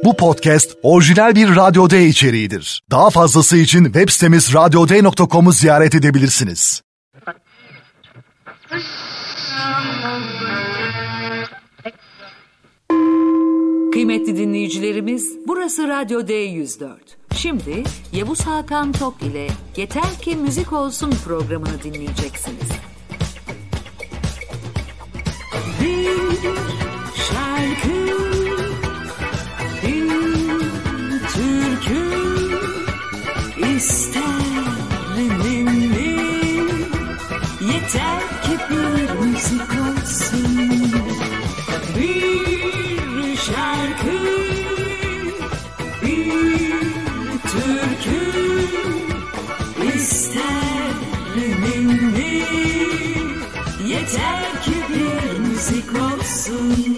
Bu podcast orijinal bir Radyo D içeriğidir. Daha fazlası için web sitemiz radyoday.com'u ziyaret edebilirsiniz. Kıymetli dinleyicilerimiz, burası Radyo D104. Şimdi Yavuz Hakan Tok ile Yeter Ki Müzik Olsun programını dinleyeceksiniz. Bir şarkı, bir türkü, ister ninni, yeter ki bir müzik olsun. Bir şarkı, bir türkü, ister ninni, yeter ki bir müzik olsun.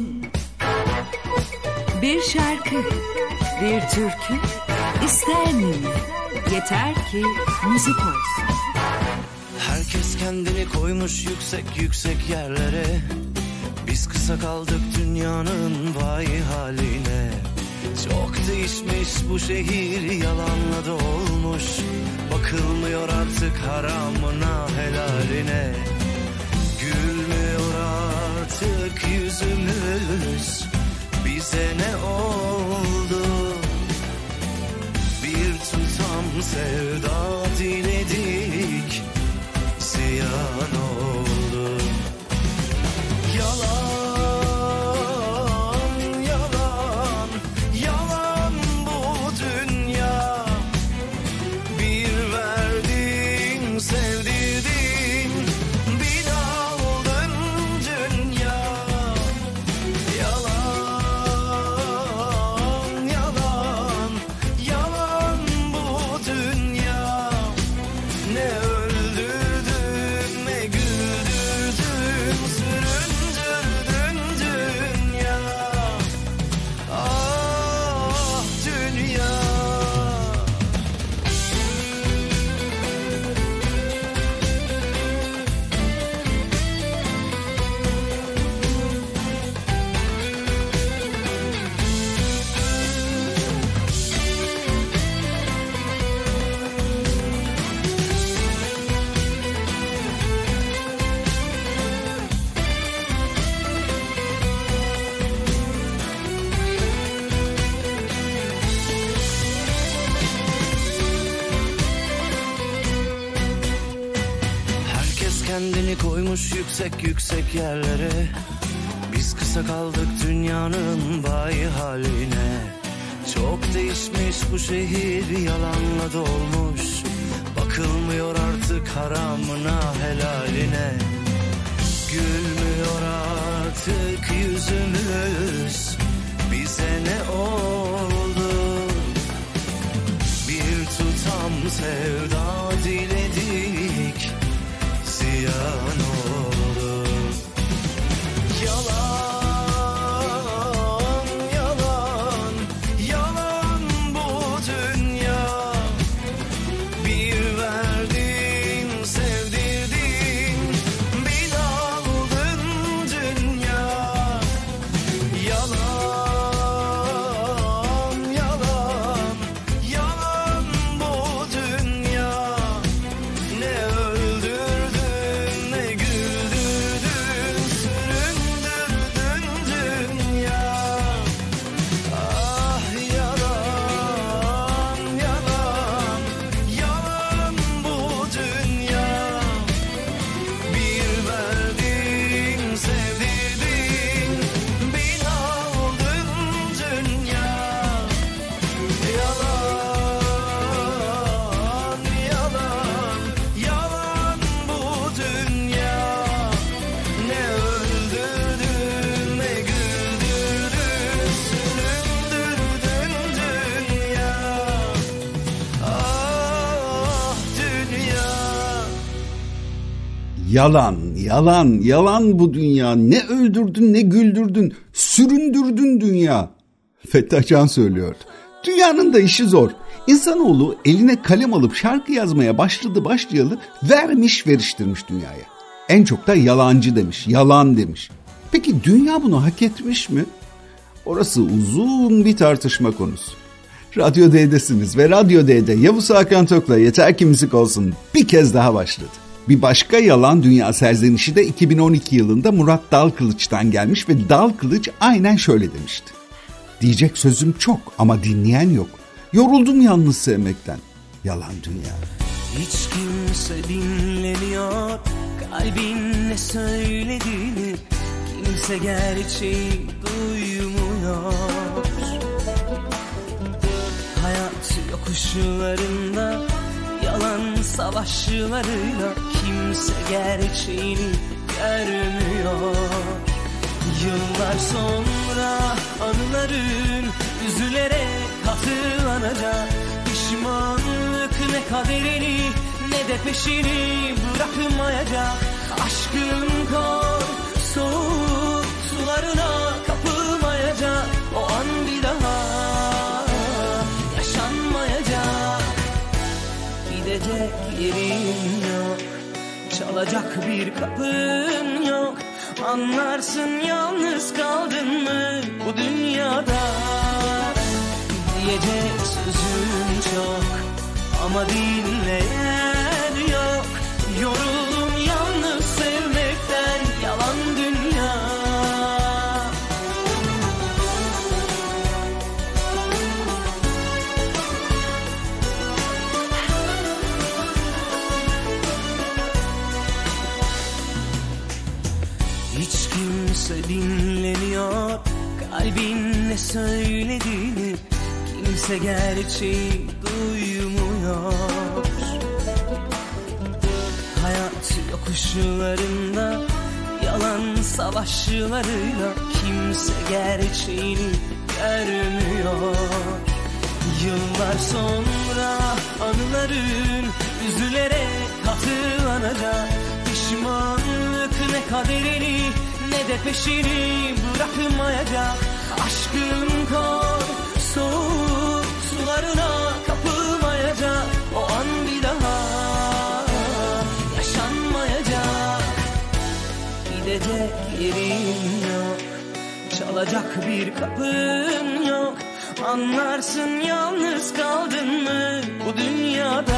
Bir şarkı, bir türkü, ister ninni, yeter ki müzik olsun. Herkes kendini koymuş yüksek yüksek yerlere. Biz kısa kaldık dünyanın vay haline. Çok değişmiş bu şehir, yalanla dolmuş. Bakılmıyor artık haramına helaline. Gülmüyor artık yüzümüz. Bize ne oldu? Bir tutam sevda diledik, ziyan oldu. Yalan, yalan, yalan bu dünya. Bir verdin, sevdirdin, bir aldın dünya. Yalan, yalan, yalan bu dünya. Ne öldürdün, ne güldürdün, süründürdün dünya. Ah dünya. Herkes kendini koymuş yüksek yüksek yerlere. Biz kısa kaldık dünyanın vay haline. Çok değişmiş bu şehir, yalanla dolmuş. Bakılmıyor artık haramına helaline. Gülmüyor artık yüzümüz. Bize ne oldu? Bir tutam sevda diledik, ziyan oldu. Yalan, yalan, yalan bu dünya. Bir verdin, sevdirdin, bir aldın dünya. Yalan, yalan, yalan bu dünya. Ne öldürdün, ne güldürdün, süründürdün dünya. Ah yalan, yalan, yalan bu dünya. Bir verdin, sevdirdin, bir aldın dünya. Yalan, yalan, yalan bu dünya. Ne öldürdün, ne güldürdün, süründürdün dünya. Ah dünya. Yalan, yalan, yalan bu dünya. Ne öldürdün, ne güldürdün, süründürdün dünya. Fettah Can söylüyor. Dünyanın da işi zor. İnsanoğlu eline kalem alıp şarkı yazmaya başlayalı vermiş veriştirmiş dünyaya. En çok da yalancı demiş, yalan demiş. Peki dünya bunu hak etmiş mi? Orası uzun bir tartışma konusu. Radyo D'desiniz ve Radyo D'de Yavuz Hakan Tok'la Yeter Ki Müzik Olsun bir kez daha başladı. Bir başka yalan dünya serzenişi de 2012 yılında Murat Dalkılıç'tan gelmiş ve Dalkılıç aynen şöyle demişti. Diyecek sözüm çok ama dinleyen yok. Yoruldum yalnız sevmekten. Yalan dünya. Hiç kimse dinlemiyor kalbin ne söylediğini, kimse gerçeği duymuyor. Hayat yokuşlarında yalan savaşlarıyla kimse gerçeğini görmüyor. Yıllar sonra anıların üzülerek hatırlanacak. Pişmanlık ne kaderini ne de peşini bırakmayacak. Aşkın kor soğuk sularına kapılmayacak. O an bir daha yaşanmayacak. Gidecek yerin yok, çalacak bir kapın yok. Anlarsın yalnız kaldın mı bu dünyada. Diyecek sözüm çok ama dinleyen yok. Yoruldum yalnız sevmekten, yalan dünya. Hiç kimse dinlemiyor kalbin ne söylediğini, kimse gerçeği duymuyor. Hayat yokuşlarında yalan savaşlarıyla kimse gerçeğini görmüyor. Yıllar sonra anıların üzülerek hatırlanacak. Pişmanlık ne kaderini ne de peşini bırakmayacak. Aşkın kor soğuk sularına kapılmayacak. O an bir daha yaşanmayacak. Gidecek yerin yok, çalacak bir kapın yok. Anlarsın yalnız kaldın mı bu dünyada.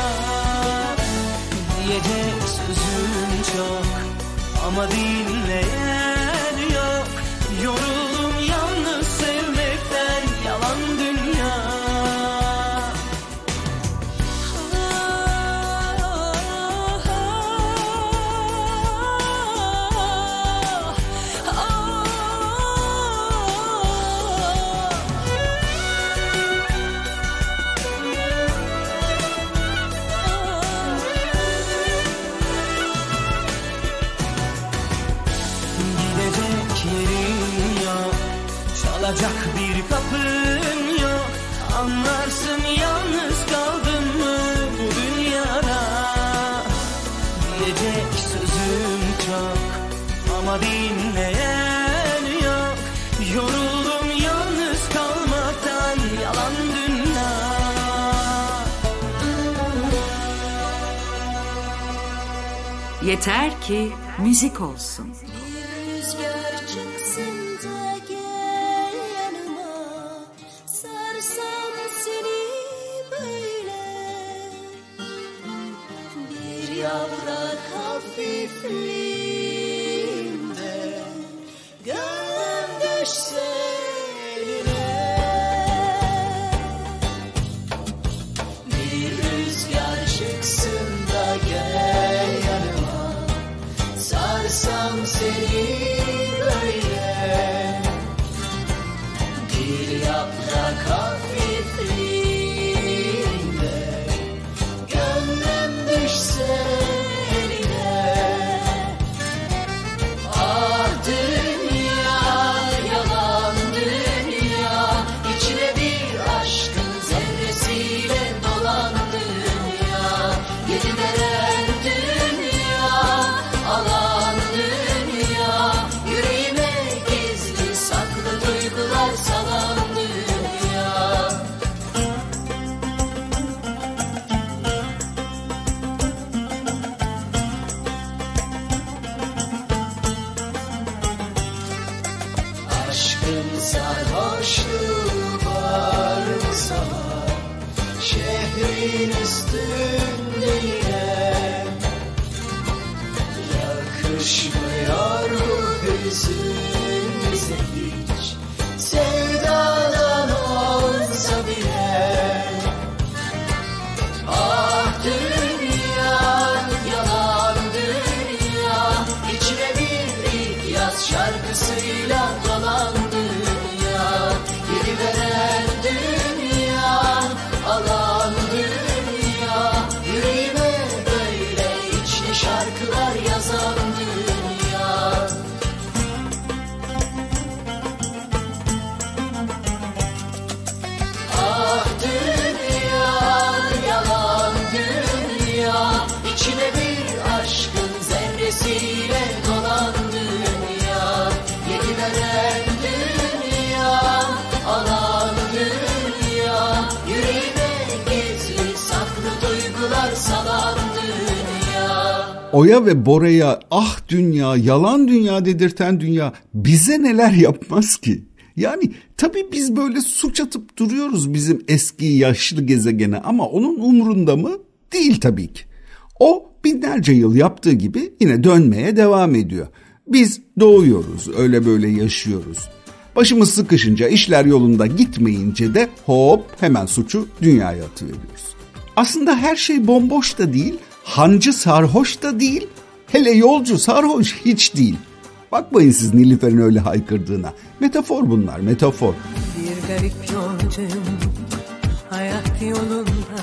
Diyecek sözüm çok ama dinleyen yok. Yoruldum yalnız sevmekten, yalan dünya. Çalacak bir kapın yok. Anlarsın yalnız kaldın mı bu dünyada. Diyecek sözüm çok ama dinleyen yok. Yoruldum yalnız kalmaktan, yalan dünya. Yeter ki müzik olsun. Yaprak hafifliğinde gönlüm düşse eline. Bir rüzgar çıksın da gel yanıma, sarsam seni böyle. Bir yaprak hafifliğinde gönlüm düşse eline. Ah dünya, yalan dünya, içine bir aşkın zerresiyle dolan dünya. Yedilenen dünya, alan dünya, yüreğime gizli saklı duygular salan dünya. hoşluğu var mı sana? Şehrin üstünde yine yakışmıyor bu hüzünümüze hiç. Sevdadan olsa bile. Ah dünya, yalan dünya, içine bir ilk yaz şarkısıyla dolan dünya. Yedi veren dünya, alan dünya, yüreğime böyle içli şarkılar yazan dünya. Ah dünya, yalan dünya, içine bir aşkın zerresiyle dolan dünya. Yedi veren dünya, alan dünya, yüreğime gizli saklı duygular salan dünya. Oya ve Bora'ya ah dünya, yalan dünya dedirten dünya bize neler yapmaz ki? Yani tabii biz böyle suç atıp duruyoruz bizim eski yaşlı gezegene ama onun umrunda mı? Değil tabii ki. O binlerce yıl yaptığı gibi yine dönmeye devam ediyor. Biz doğuyoruz, öyle böyle yaşıyoruz. Başımız sıkışınca, işler yolunda gitmeyince de hop hemen suçu dünyaya atıveriyoruz. Aslında her şey bomboş da değil, hancı sarhoş da değil, hele yolcu sarhoş hiç değil. Bakmayın siz Nilüfer'in öyle haykırdığına. Metafor bunlar, metafor. Bir garip yolcuyum hayat yolunda,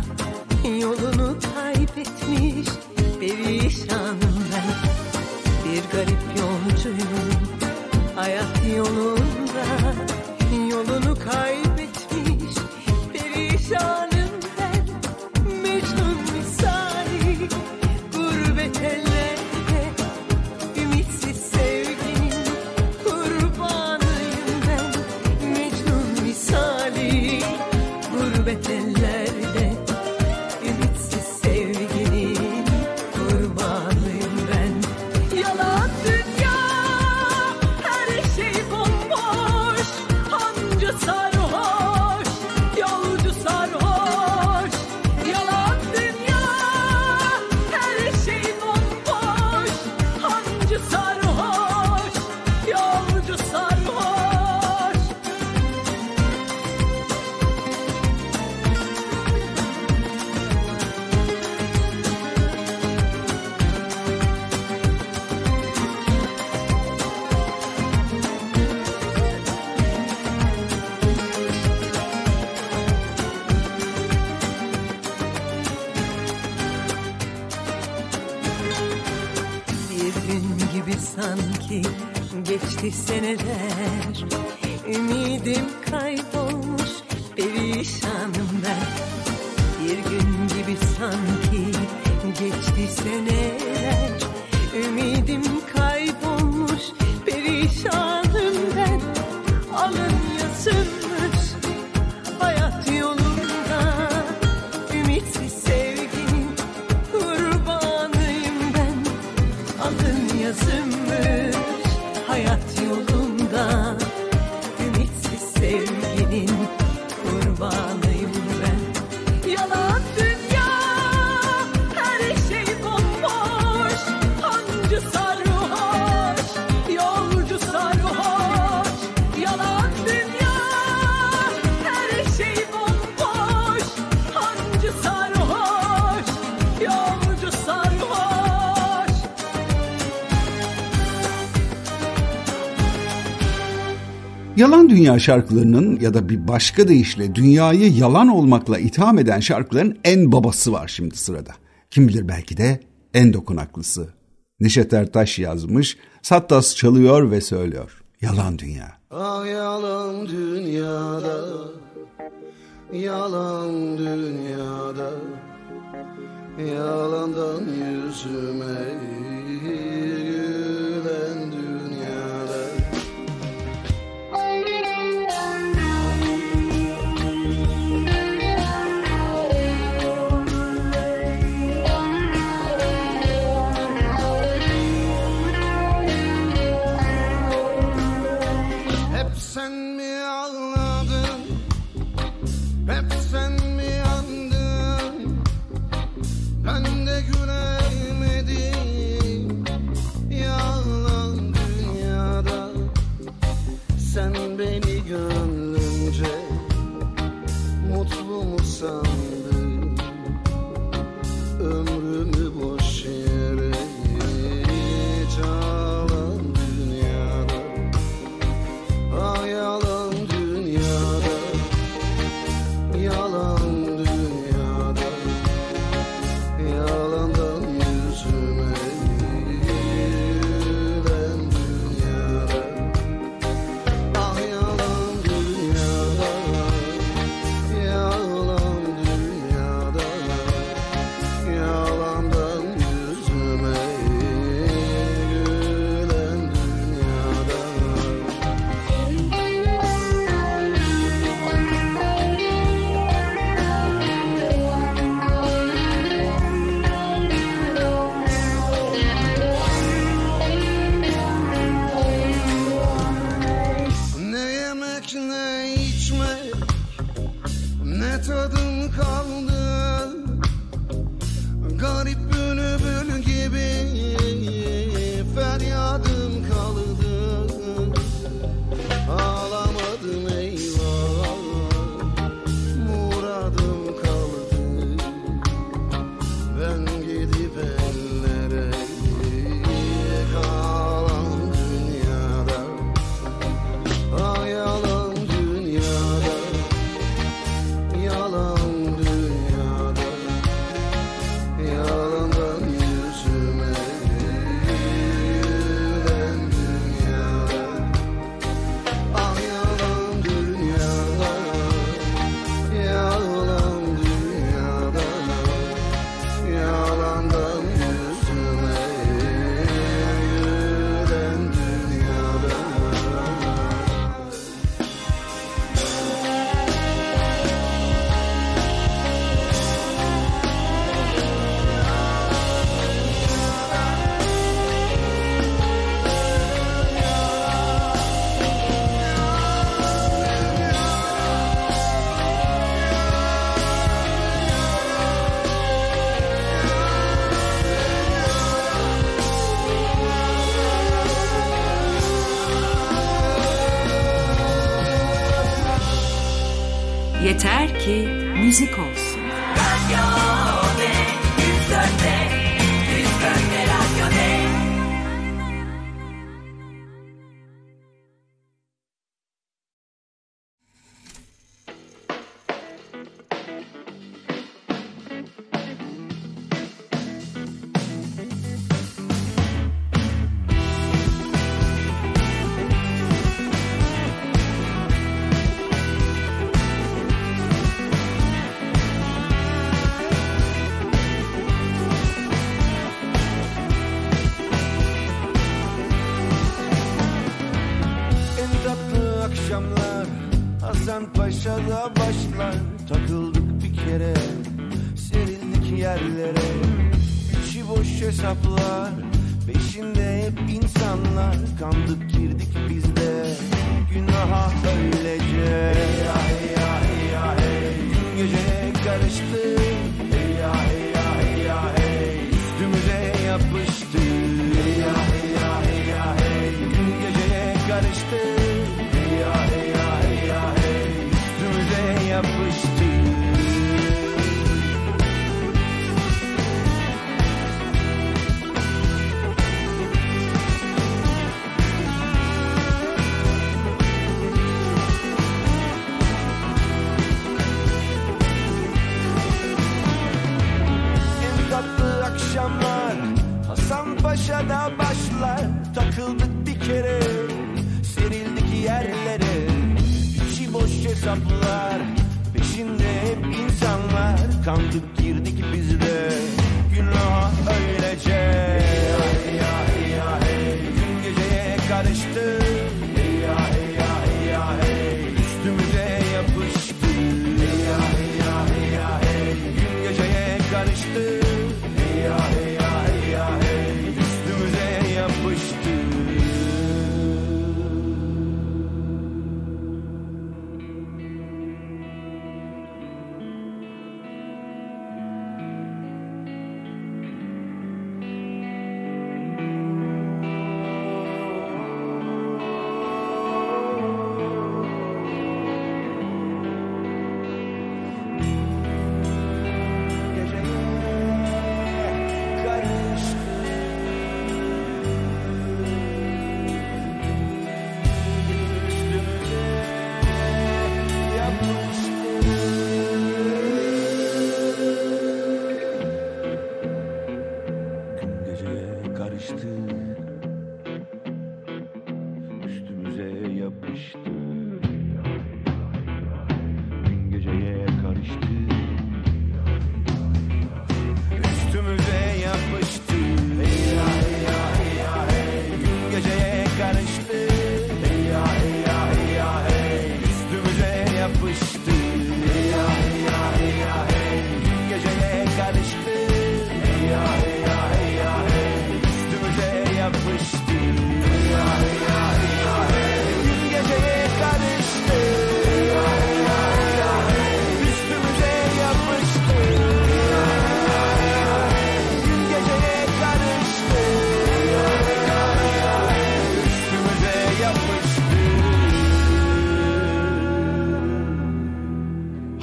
yolunu kaybetmiş perişanım ben. Bir garip yolcuyum hayat yolunda, yolunu kaybetmiş perişanım ben. Mecnun misali gurbet ellerde, ümitsiz sevginin kurbanıyım ben. Mecnun misali gurbet ellerde, ümitsiz sevginin kurbanıyım ben. Yalan dünya, her şey bomboş, hancı sarhoş, yolcu sarhoş. Yalan dünya, her şey bomboş, hancı sarhoş, yolcu sarhoş. Bir gün gibi sanki geçti seneler, ümidim kaybolmuş perişanım ben. Bir gün gibi sanki geçti seneler, ümidim kaybolmuş perişanım ben. Alın yazılmış hayat yolunda, ümitsiz sevginin kurbanıyım ben. Alın yazılmış hayat yolunda, ümitsiz sevginin kurbanıyım ben. Yalan dünya, her şey bomboş, hancı sarhoş, yolcu sarhoş. Yalan dünya, her şey bomboş, hancı sarhoş, yolcu sarhoş. Yalan dünya şarkılarının ya da bir başka deyişle dünyayı yalan olmakla itham eden şarkıların en babası var şimdi sırada. Kim bilir belki de en dokunaklısı. Neşet Ertaş yazmış, Sattas çalıyor ve söylüyor. Yalan dünya. Ah yalan dünyada, yalan dünyada, yalandan yüzüme gülen dünyada. Hep sen mi ağladın? Hep sen mi yandın? Ben de gülemedim. Yalan dünyada. Sen beni gönlünce mutlu mu sandın? Ömrümü boş yere çalan dünyada. Ah yalan dünyada. Yalan dünyada. Yalandan yüzüme gülen dünyada. Ah yalan dünyada. Yalan dünyada. Yalandan yüzüme gülen dünyada. Ne yemek ne içmek, ne tadım kaldı. Garip bülbül gibi feryadım kaldı. Ağlamadım eyvah, muradım kaldı. Ben gidip ellere kalan dünyada. Ah yalan dünyada. Yalan dünyada. Yalandan yüzüme gülen dünyada. Ah yalan dünyada. Yalan dünyada. Yalandan yüzüme gülen dünyada. Yeter ki müzik olsun. Akşamlar Hasanpaşa'da başlar. Takıldık bir kere, serildik yerlere. İçi boş hesaplar, peşinde hep insanlar. Kandık girdik biz de günaha öylece. Hey ya hey ya hey ya hey. Gün geceye karıştı. Hey ya hey ya hey ya hey. Üstümüze yapıştı. Hey ya hey ya hey ya hey. Gün geceye karıştı. Hey ya hey ya hey ya hey. Üstümüze yapıştı. Akşamlar Hasanpaşa'da başlar. Takıldık bir kere, serildik yerlere. İçi boş hesaplar, peşinde hep insanlar. Kandık girdik biz de günaha öylece. Hey ya hey ya hey ya hey. Gün geceye karıştı. Hey ya hey ya hey ya hey. Üstümüze yapıştı. Hey ya hey ya hey ya hey. Gün geceye karıştı. Hey ya hey ya hey ya hey. Üstümüze yapıştı.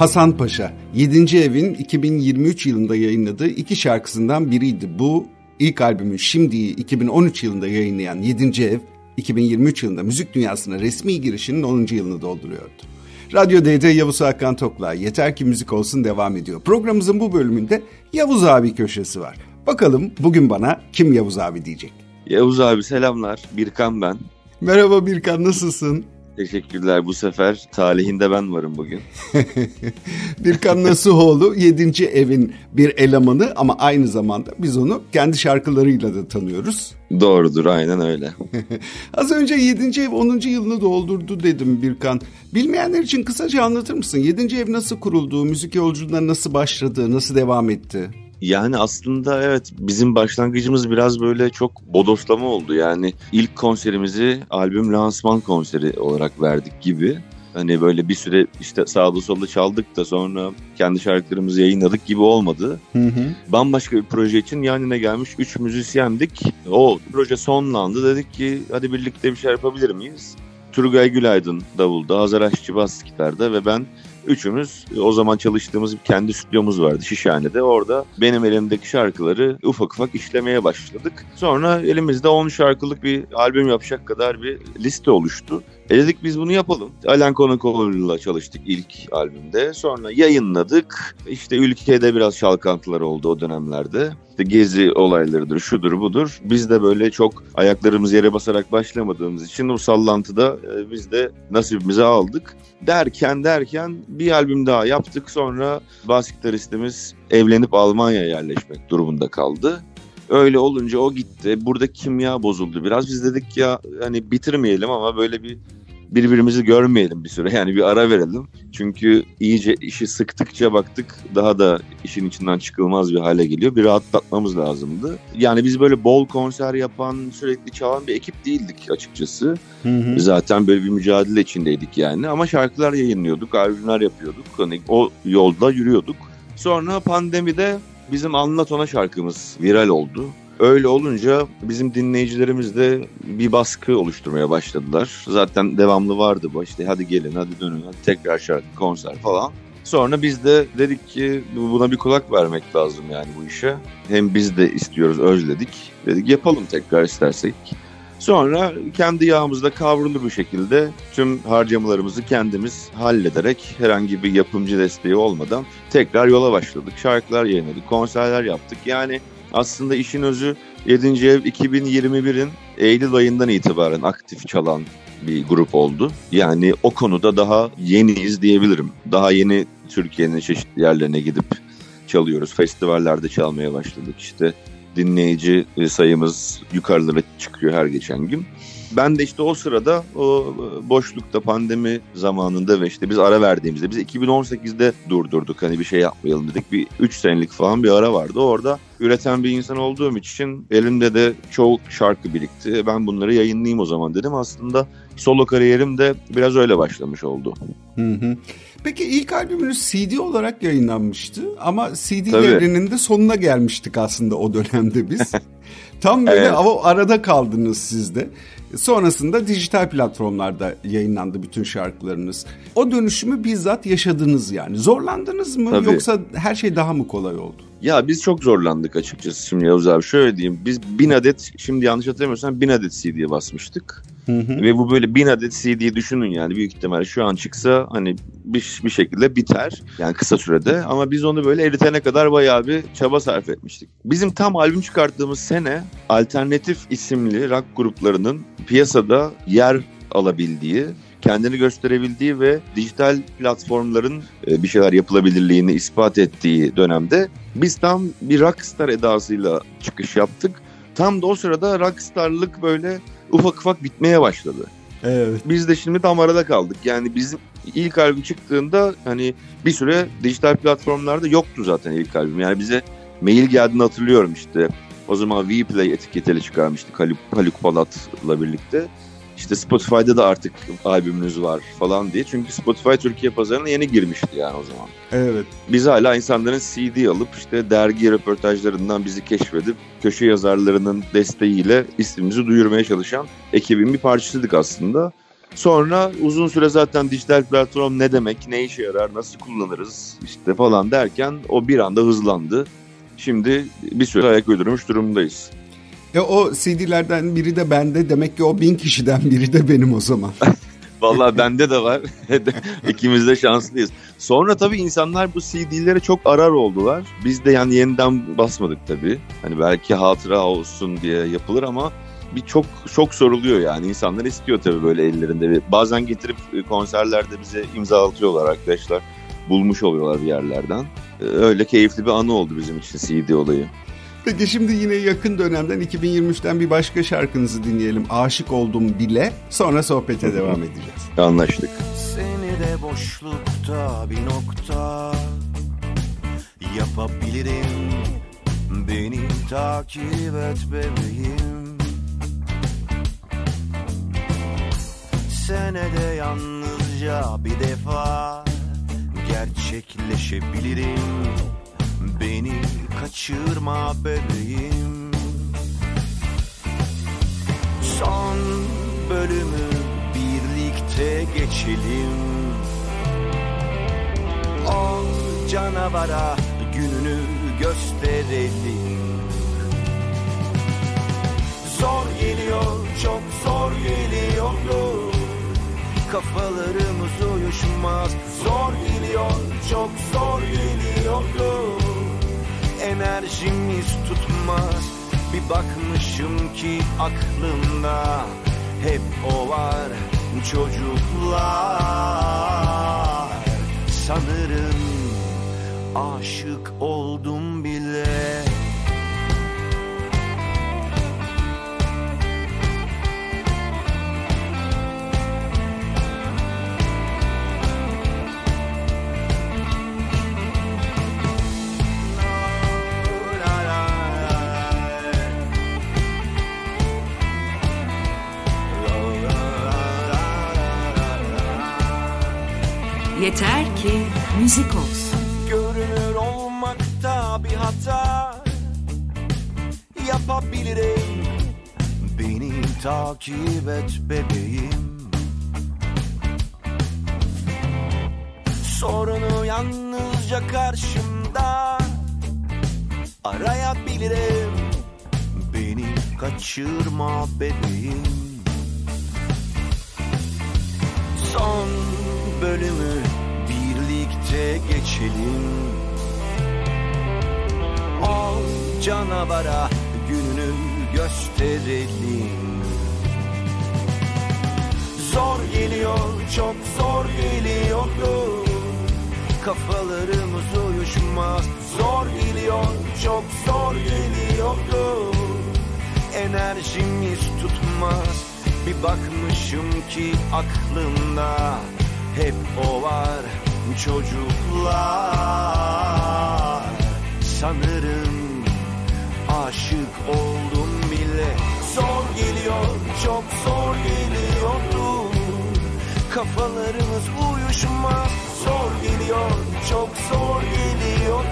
Hasan Paşa, 7. Ev'in 2023 yılında yayınladığı 2 şarkısından biriydi. Bu ilk albümün Şimdi'yi 2013 yılında yayınlayan 7. Ev, 2023 yılında müzik dünyasına resmi girişinin 10. yılını dolduruyordu. Radyo D'de Yavuz Hakan Tok'la Yeter Ki Müzik Olsun devam ediyor. Programımızın bu bölümünde Yavuz abi köşesi var. Bakalım bugün bana kim Yavuz abi diyecek? Yavuz abi selamlar. Birkan ben. Merhaba Birkan, nasılsın? Teşekkürler. Bu sefer talihinde ben varım bugün. Birkan Nasuhoğlu 7. Ev'in bir elemanı ama aynı zamanda biz onu kendi şarkılarıyla da tanıyoruz. Doğrudur, aynen öyle. Az önce 7. Ev 10. yılını doldurdu dedim Birkan. Bilmeyenler için kısaca anlatır mısın? 7. Ev nasıl kuruldu, müzik yolculuğuna nasıl başladı, nasıl devam etti? Yani aslında evet, bizim başlangıcımız biraz böyle çok bodoslama oldu. Yani ilk konserimizi albüm lansman konseri olarak verdik gibi. Hani böyle bir süre işte sağda solda çaldık da sonra kendi şarkılarımızı yayınladık gibi olmadı. Bambaşka bir proje için yan yana gelmiş 3 müzisyendik. O proje sonlandı. Dedik ki hadi birlikte bir şey yapabilir miyiz? Turgay Gülaydın davulda, Hazar Aşçı bas gitarda ve ben üçümüz o zaman çalıştığımız kendi stüdyomuz vardı Şişhane'de. Orada benim elimdeki şarkıları ufak ufak işlemeye başladık. Sonra elimizde 10 şarkılık bir albüm yapacak kadar bir liste oluştu. Dedik biz bunu yapalım. Alan Konakoğlu'yla çalıştık ilk albümde. Sonra yayınladık. İşte ülkede biraz çalkantılar oldu o dönemlerde. İşte gezi olaylarıdır, şudur budur. Biz de böyle çok ayaklarımız yere basarak başlamadığımız için o sallantıda biz de nasibimizi aldık. Derken bir albüm daha yaptık. Sonra bas gitaristimiz evlenip Almanya'ya yerleşmek durumunda kaldı. Öyle olunca o gitti. Burada kimya bozuldu biraz. Biz dedik ya hani bitirmeyelim ama böyle birbirimizi görmeyelim bir süre. Yani bir ara verelim. Çünkü iyice işi sıktıkça baktık daha da işin içinden çıkılmaz bir hale geliyor. Bir rahatlatmamız lazımdı. Yani biz böyle bol konser yapan, sürekli çalan bir ekip değildik açıkçası. Zaten böyle bir mücadele içindeydik yani. Ama şarkılar yayınlıyorduk, albümler yapıyorduk. Hani o yolda yürüyorduk. Sonra pandemide bizim Anlat Ona şarkımız viral oldu. Öyle olunca bizim dinleyicilerimiz de bir baskı oluşturmaya başladılar. Zaten devamlı vardı bu işte hadi gelin hadi dönün hadi tekrar şarkı konser falan. Sonra biz de dedik ki buna bir kulak vermek lazım yani bu işe. Hem biz de istiyoruz, özledik. Dedik yapalım tekrar istersek. Sonra kendi yağımızda kavrulur bir şekilde tüm harcamalarımızı kendimiz hallederek herhangi bir yapımcı desteği olmadan tekrar yola başladık. Şarkılar yayınladık, konserler yaptık. Yani aslında işin özü 7. Ev 2021'in Eylül ayından itibaren aktif çalan bir grup oldu. Yani o konuda daha yeniyiz diyebilirim. Daha yeni Türkiye'nin çeşitli yerlerine gidip çalıyoruz. Festivallerde çalmaya başladık işte. Dinleyici sayımız yukarılara çıkıyor her geçen gün. Ben de işte o sırada o boşlukta pandemi zamanında ve işte biz ara verdiğimizde biz 2018'de durdurduk hani bir şey yapmayalım dedik. Bir 3 senelik falan bir ara vardı. Orada üreten bir insan olduğum için elimde de çok şarkı birikti. Ben bunları yayınlayayım o zaman dedim. Aslında solo kariyerim de biraz öyle başlamış oldu. Peki ilk albümünüz CD olarak yayınlanmıştı ama CD devrinin de sonuna gelmiştik aslında o dönemde biz. Tam böyle evet. O arada kaldınız siz de. Sonrasında dijital platformlarda yayınlandı bütün şarkılarınız. O dönüşümü bizzat yaşadınız yani. Zorlandınız mı yoksa her şey daha mı kolay oldu? Ya biz çok zorlandık açıkçası şimdi Yavuz abi. Şöyle diyeyim, biz 1000 adet, şimdi yanlış hatırlamıyorsam 1000 adet CD'ye basmıştık. Ve bu böyle 1000 adet CD'yi düşünün yani, büyük ihtimalle şu an çıksa hani bir şekilde biter yani kısa sürede, ama biz onu böyle eritene kadar bayağı bir çaba sarf etmiştik. Bizim tam albüm çıkarttığımız sene alternatif isimli rock gruplarının piyasada yer alabildiği, kendini gösterebildiği ve dijital platformların bir şeyler yapılabilirliğini ispat ettiği dönemde biz tam bir rockstar edasıyla çıkış yaptık. Tam da o sırada rockstarlık böyle ufak ufak bitmeye başladı. Evet. Biz de şimdi tam arada kaldık. Yani bizim ilk albüm çıktığında hani bir süre dijital platformlarda yoktu zaten ilk albüm. Yani bize mail geldiğini hatırlıyorum işte. O zaman Vplay etiketiyle çıkarmıştık Haluk Polat'la birlikte. İşte Spotify'da da artık albümünüz var falan diye. Çünkü Spotify Türkiye pazarına yeni girmişti yani o zaman. Evet. Biz hala insanların CD alıp işte dergi röportajlarından bizi keşfedip köşe yazarlarının desteğiyle ismimizi duyurmaya çalışan ekibin bir parçasıydık aslında. Sonra uzun süre zaten dijital platform ne demek, ne işe yarar, nasıl kullanırız işte falan derken o bir anda hızlandı. Şimdi bir süre ayak uydurmuş durumdayız. O CD'lerden biri de bende, demek ki o 1000 kişiden biri de benim o zaman. Vallahi bende de var. İkimiz de şanslıyız. Sonra tabii insanlar bu CD'lere çok arar oldular. Biz de yani yeniden basmadık tabii. Hani belki hatıra olsun diye yapılır ama çok soruluyor yani. İnsanlar istiyor tabii böyle ellerinde. Bazen getirip konserlerde bize imzalatıyorlar arkadaşlar. Bulmuş oluyorlar bir yerlerden. Öyle keyifli bir anı oldu bizim için CD olayı. Peki şimdi yine yakın dönemden 2023'ten bir başka şarkınızı dinleyelim. Aşık Oldum Bile. Sonra sohbete devam edeceğiz. Anlaştık. Seni de boşlukta bir nokta yapabilirim. Beni takip et bebeğim. Senede yalnızca bir defa gerçekleşebilirim. Beni kaçırma bebeğim. Son bölümü birlikte geçelim. O canavara gününü gösterelim. Zor geliyor, çok zor geliyor. Kafalarımız uyuşmaz. Zor geliyor, çok zor geliyor. Enerjimiz tutmaz. Bir bakmışım ki aklımda hep o var, çocuklar. Sanırım aşık oldum bile. Yeter ki müzik olsun. Görünür olmakta bir hata yapabilirim. Beni takip et bebeğim. Sorunu yalnızca karşımda arayabilirim. Beni kaçırma bebeğim. Son bölümü birlikte geçelim. O canavara gününü gösterelim. Zor geliyor, çok zor geliyor. Kafalarımız uyuşmaz. Zor geliyor, çok zor geliyor. Enerjimiz tutmaz. Bir bakmışım ki aklımda hep o var, çocuklar. Sanırım aşık oldum bile. Zor geliyor, çok zor geliyor. Kafalarımız uyuşmaz. Zor geliyor, çok zor geliyor.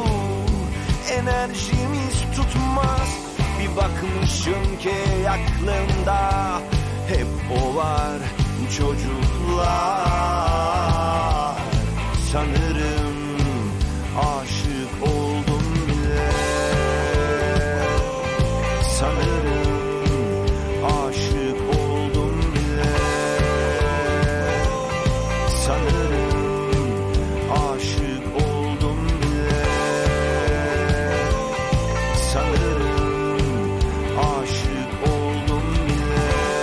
Enerjimiz tutmaz. Bir bakmışım ki aklımda hep o var, çocuklar. Sanırım aşık oldum bile. Sanırım aşık oldum bile. Sanırım aşık oldum bile. Sanırım aşık oldum bile.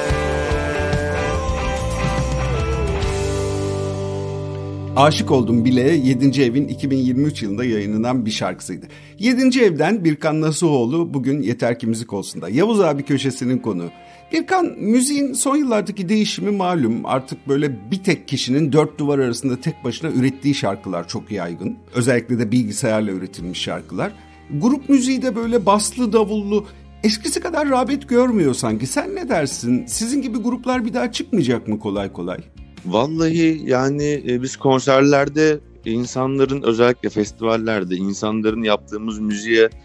Aşık Oldum Bile 7. Ev'in 2023 yılında yayınlanan bir şarkısıydı. 7. Ev'den Birkan Nasuhoğlu bugün Yeter Ki Müzik Olsun'da. Yavuz abi köşesinin konuğu. Birkan, müziğin son yıllardaki değişimi malum. Artık böyle bir tek kişinin dört duvar arasında tek başına ürettiği şarkılar çok yaygın. Özellikle de bilgisayarla üretilmiş şarkılar. Grup müziği de böyle baslı davullu, eskisi kadar rağbet görmüyor sanki. Sen ne dersin? Sizin gibi gruplar bir daha çıkmayacak mı kolay kolay? Vallahi yani biz konserlerde insanların, özellikle festivallerde insanların yaptığımız müziğe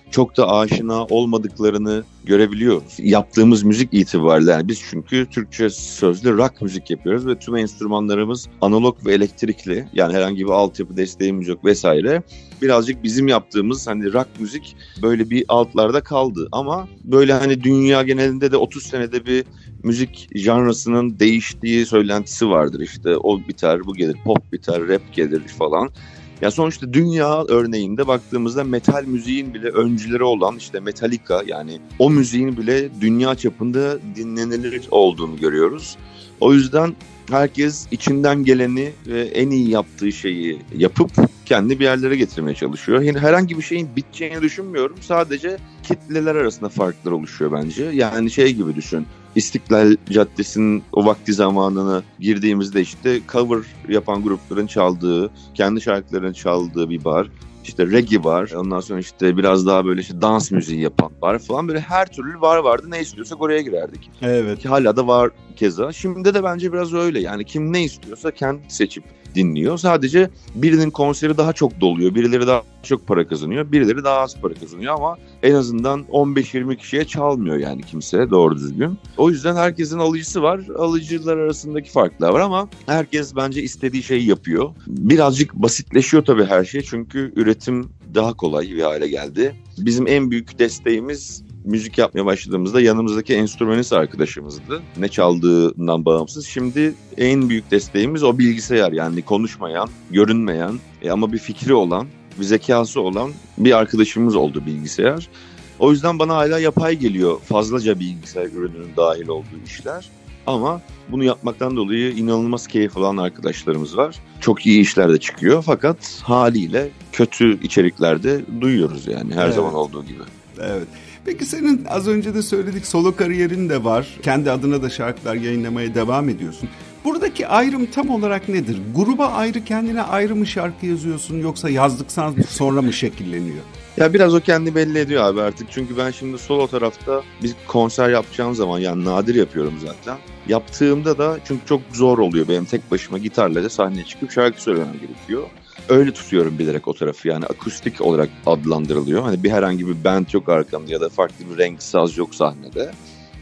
çok da aşina olmadıklarını görebiliyoruz. Yaptığımız müzik itibariyle yani biz çünkü Türkçe sözlü rock müzik yapıyoruz ve tüm enstrümanlarımız analog ve elektrikli. Yani herhangi bir altyapı desteğimiz yok vesaire. Birazcık bizim yaptığımız hani rock müzik böyle bir altlarda kaldı ama böyle hani dünya genelinde de 30 senede bir müzik janrasının değiştiği söylentisi vardır. İşte o biter, bu gelir, pop biter, rap gelir falan. Ya sonuçta dünya örneğinde baktığımızda metal müziğin bile öncüleri olan işte Metallica, yani o müziğin bile dünya çapında dinlenilir olduğunu görüyoruz. O yüzden herkes içinden geleni ve en iyi yaptığı şeyi yapıp kendi bir yerlere getirmeye çalışıyor. Yani herhangi bir şeyin biteceğini düşünmüyorum. Sadece kitleler arasında farklar oluşuyor bence. Yani şey gibi düşün. İstiklal Caddesi'nin o vakti zamanına girdiğimizde işte cover yapan grupların çaldığı, kendi şarkılarını çaldığı bir bar. İşte reggae var, ondan sonra işte biraz daha böyle işte dans müziği yapan var falan, böyle her türlü bar vardı, ne istiyorsak oraya girerdik. Evet. Ki hala da var keza. Şimdi de bence biraz öyle, yani kim ne istiyorsa kendi seçip dinliyor. Sadece birinin konseri daha çok doluyor, birileri daha çok para kazanıyor, birileri daha az para kazanıyor ama en azından 15-20 kişiye çalmıyor yani kimse doğru düzgün. O yüzden herkesin alıcısı var, alıcılar arasındaki farklar var ama herkes bence istediği şeyi yapıyor. Birazcık basitleşiyor tabii her şey çünkü üretim daha kolay bir hale geldi. Bizim en büyük desteğimiz müzik yapmaya başladığımızda yanımızdaki enstrümanist arkadaşımızdı. Ne çaldığından bağımsız. Şimdi en büyük desteğimiz o bilgisayar, yani konuşmayan, görünmeyen ama bir fikri olan, bir zekası olan bir arkadaşımız oldu bilgisayar. O yüzden bana hala yapay geliyor fazlaca bilgisayar ürününün dahil olduğu işler. Ama bunu yapmaktan dolayı inanılmaz keyif alan arkadaşlarımız var. Çok iyi işler de çıkıyor fakat haliyle kötü içeriklerde duyuyoruz yani her zaman olduğu gibi. Evet. Peki senin az önce de söyledik solo kariyerin de var. Kendi adına da şarkılar yayınlamaya devam ediyorsun. Buradaki ayrım tam olarak nedir? Gruba ayrı, kendine ayrı mı şarkı yazıyorsun yoksa yazdıktan sonra mı şekilleniyor? Ya biraz o kendi belli ediyor abi artık. Çünkü ben şimdi solo tarafta bir konser yapacağım zaman, yani nadir yapıyorum zaten. Yaptığımda da çünkü çok zor oluyor benim tek başıma gitarla da sahneye çıkıp şarkı söylemem gerekiyor. Öyle tutuyorum bilerek o tarafı, yani akustik olarak adlandırılıyor. Hani bir herhangi bir band yok arkamda ya da farklı bir renk saz yok sahnede.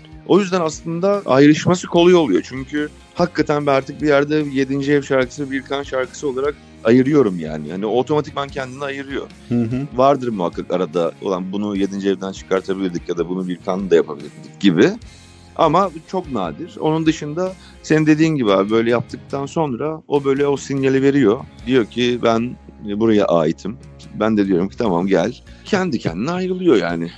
O yüzden aslında ayrışması kolay oluyor. Çünkü hakikaten ben artık bir yerde 7. Ev şarkısı, Birkan şarkısı olarak ayırıyorum yani. Hani otomatikman kendini ayırıyor. Vardır muhakkak arada olan bunu 7. Evden çıkartabilirdik ya da bunu Birkan'la da yapabilirdik gibi. Ama çok nadir. Onun dışında senin dediğin gibi abi böyle yaptıktan sonra o böyle o sinyali veriyor. Diyor ki ben buraya aitim. Ben de diyorum ki tamam gel. Kendi kendine ayrılıyor yani.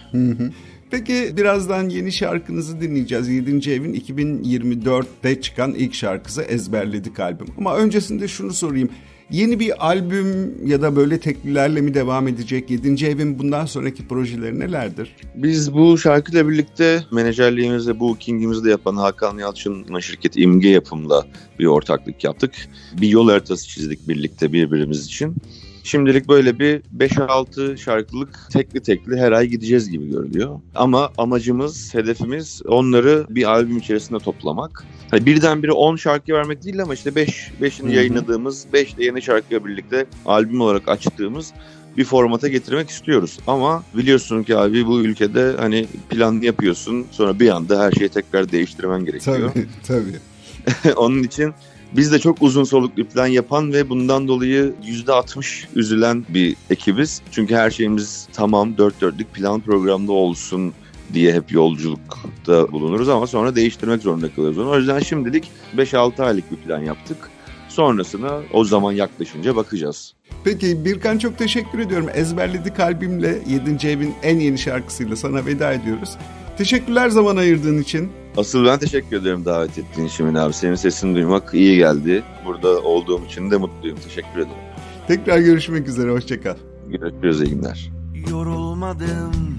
Peki birazdan yeni şarkınızı dinleyeceğiz. 7. Ev'in 2024'te çıkan ilk şarkısı Ezberledik albüm. Ama öncesinde şunu sorayım. Yeni bir albüm ya da böyle teklilerle mi devam edecek? 7. Ev'in bundan sonraki projeleri nelerdir? Biz bu şarkıyla birlikte menajerliğimizde, bookingimizi de yapan Hakan Yalçın'ın şirketi İmge Yapım'la bir ortaklık yaptık. Bir yol haritası çizdik birlikte birbirimiz için. Şimdilik böyle bir 5-6 şarkılık tekli her ay gideceğiz gibi görünüyor. Ama amacımız, hedefimiz onları bir albüm içerisinde toplamak. Hani birdenbire 10 şarkı vermek değil ama işte 5'ini yayınladığımız, 5 de yeni şarkıyla birlikte albüm olarak açtığımız bir formata getirmek istiyoruz. Ama biliyorsun ki abi bu ülkede hani plan yapıyorsun, sonra bir anda her şeyi tekrar değiştirmen gerekiyor. Tabii. Onun için biz de çok uzun soluklu bir plan yapan ve bundan dolayı %60 üzülen bir ekibiz. Çünkü her şeyimiz tamam, dört dörtlük plan programda olsun diye hep yolculukta bulunuruz ama sonra değiştirmek zorunda kalıyoruz onu. O yüzden şimdilik 5-6 aylık bir plan yaptık. Sonrasına o zaman yaklaşınca bakacağız. Peki Birkan, çok teşekkür ediyorum. Ezberledik albümle 7. Ev'in en yeni şarkısıyla sana veda ediyoruz. Teşekkürler zaman ayırdığın için. Asıl ben teşekkür ederim davet ettiğin için abi. Senin sesini duymak iyi geldi. Burada olduğum için de mutluyum. Teşekkür ederim. Tekrar görüşmek üzere. Hoşça kal. Görüşürüz. İyi günler. Yorulmadım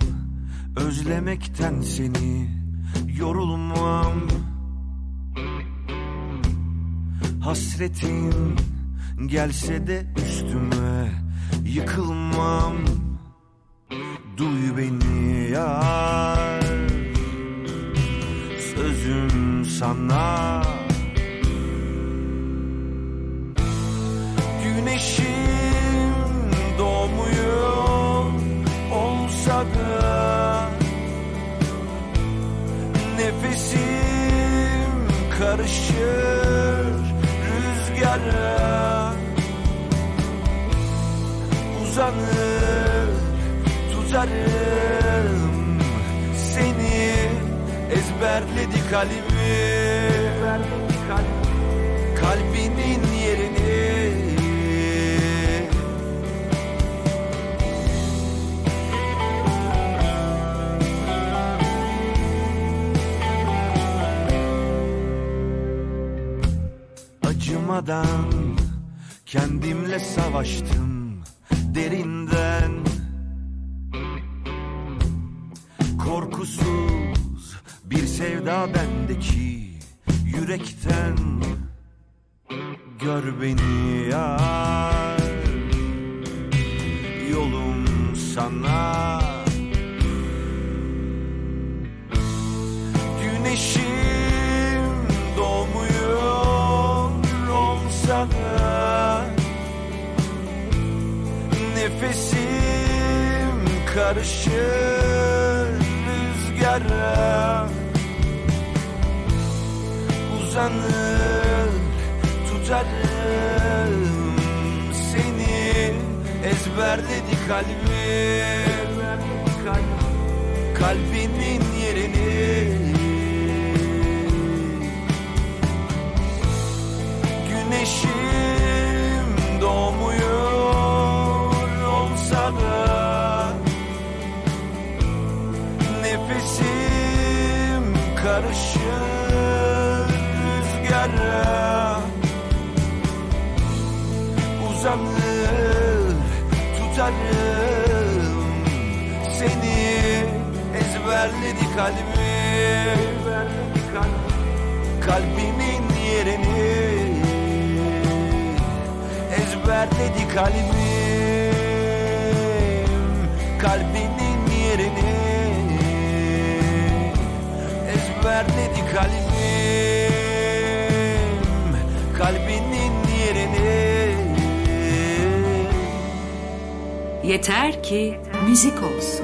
özlemekten seni, yorulmam. Hasretin gelse de üstüme yıkılmam. Duy beni yar, sözüm sana. Güneşin doğmuyor olsa da karışır rüzgara. Uzanır tutarım seni, ezberledi kalbinin yerini. Acımadan kendimle savaştım derinden, korkusuz bir sevda bendeki yürekten. Gör beni yar, yolum sana. Güneşim doğmuyor olsa da, nefesim karışır rüzgara. Uzanır tutarım seni, ezberledi kalbinin yerini. Güneşim doğmuyor olsa da, nefesim karışır rüzgara. Uzanır tutarım seni, ezberledi kalbimin yerini. Ezberledi kalbinin yerini. Ezberledi kalbinin yerini. Yeter ki müzik olsun.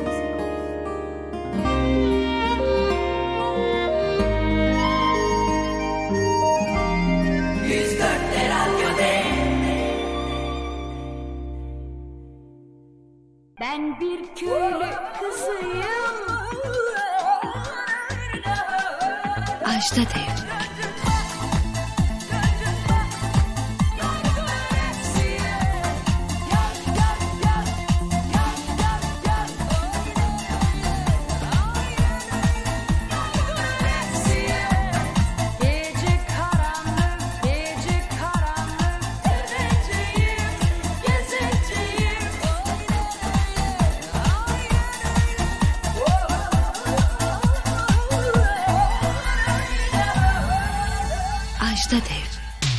Ben bir köylü kızıyım. Ajda Devri. Ajda Devri.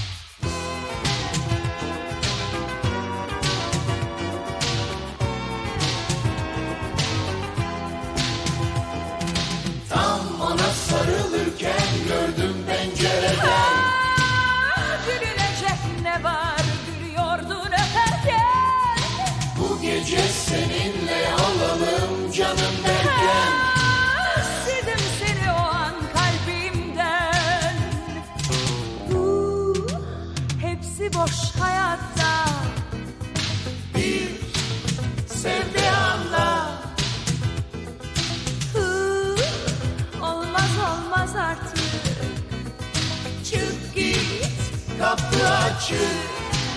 Tam ona sarılırken gördüm pencereden. Gülünecek ne var, gülüyordun öperken. Bu gece seninle olalım canım derken. Sildim seni o an kalbimden. Hepsi boş hayatta. Bir sevdi anla. Olmaz artık. Çık git, kapı açık.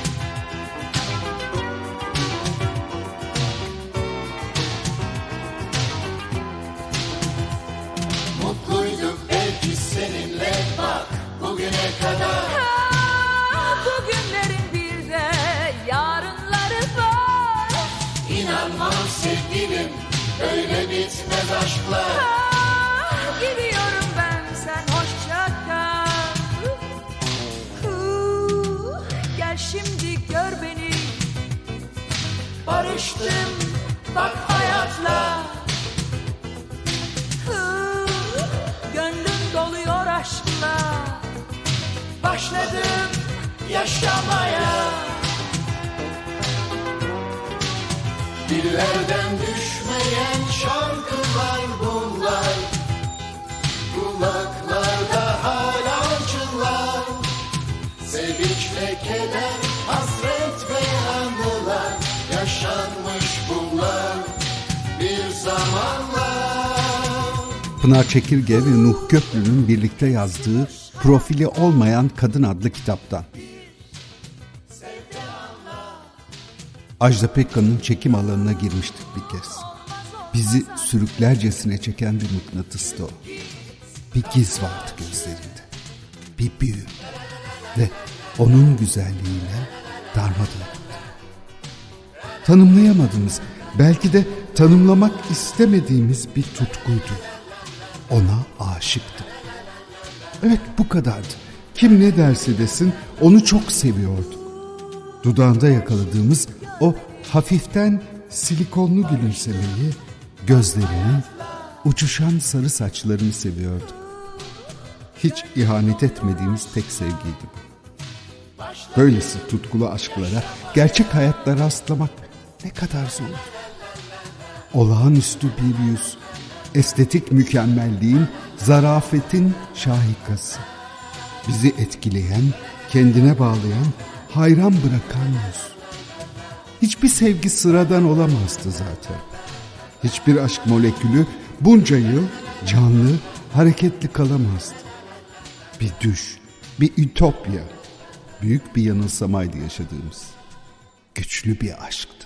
Mutluyduk belki seninle, bak bugüne kadar. Bugünlerin bir de yarınları var. İnanmam sevgilim, öyle bitmez aşklar. Gidiyorum ben, sen hoşça kal. Gel şimdi gör beni. Barıştım bak hayatla. Gönlüm doluyor aşkla. Başladım yaşamaya. Dillerden düşmeyen şarkılar bunlar. Kulaklarda hala çınlar. Pınar Çekirge ve Nuh Köprülü'nün birlikte yazdığı Profili Olmayan Kadın adlı kitaptan. Ajda Pekkan'ın çekim alanına girmiştik bir kez. Bizi sürüklercesine çeken bir mıknatıstı o. Bir giz vardı gözlerinde. Bir büyü. Ve onun güzelliğiyle darmadağındı. Tanımlayamadığımız, belki de tanımlamak istemediğimiz bir tutkuydu. Ona aşıktım. Evet, bu kadardı. Kim ne derse desin onu çok seviyorduk. Dudağında yakaladığımız o hafiften silikonlu gülümsemeyi, gözlerinin uçuşan sarı saçlarını seviyorduk. Hiç ihanet etmediğimiz tek sevgiydi bu. Böylesi tutkulu aşklara, gerçek hayatta rastlamak ne kadar zor. Olağanüstü bir yüz, estetik mükemmelliğin, zarafetin şahikası. Bizi etkileyen, kendine bağlayan, hayran bırakan yüz. Hiçbir sevgi sıradan olamazdı zaten. Hiçbir aşk molekülü bunca yıl canlı, hareketli kalamazdı. Bir düş, bir ütopya, büyük bir yanılsamaydı yaşadığımız. Güçlü bir aşktı.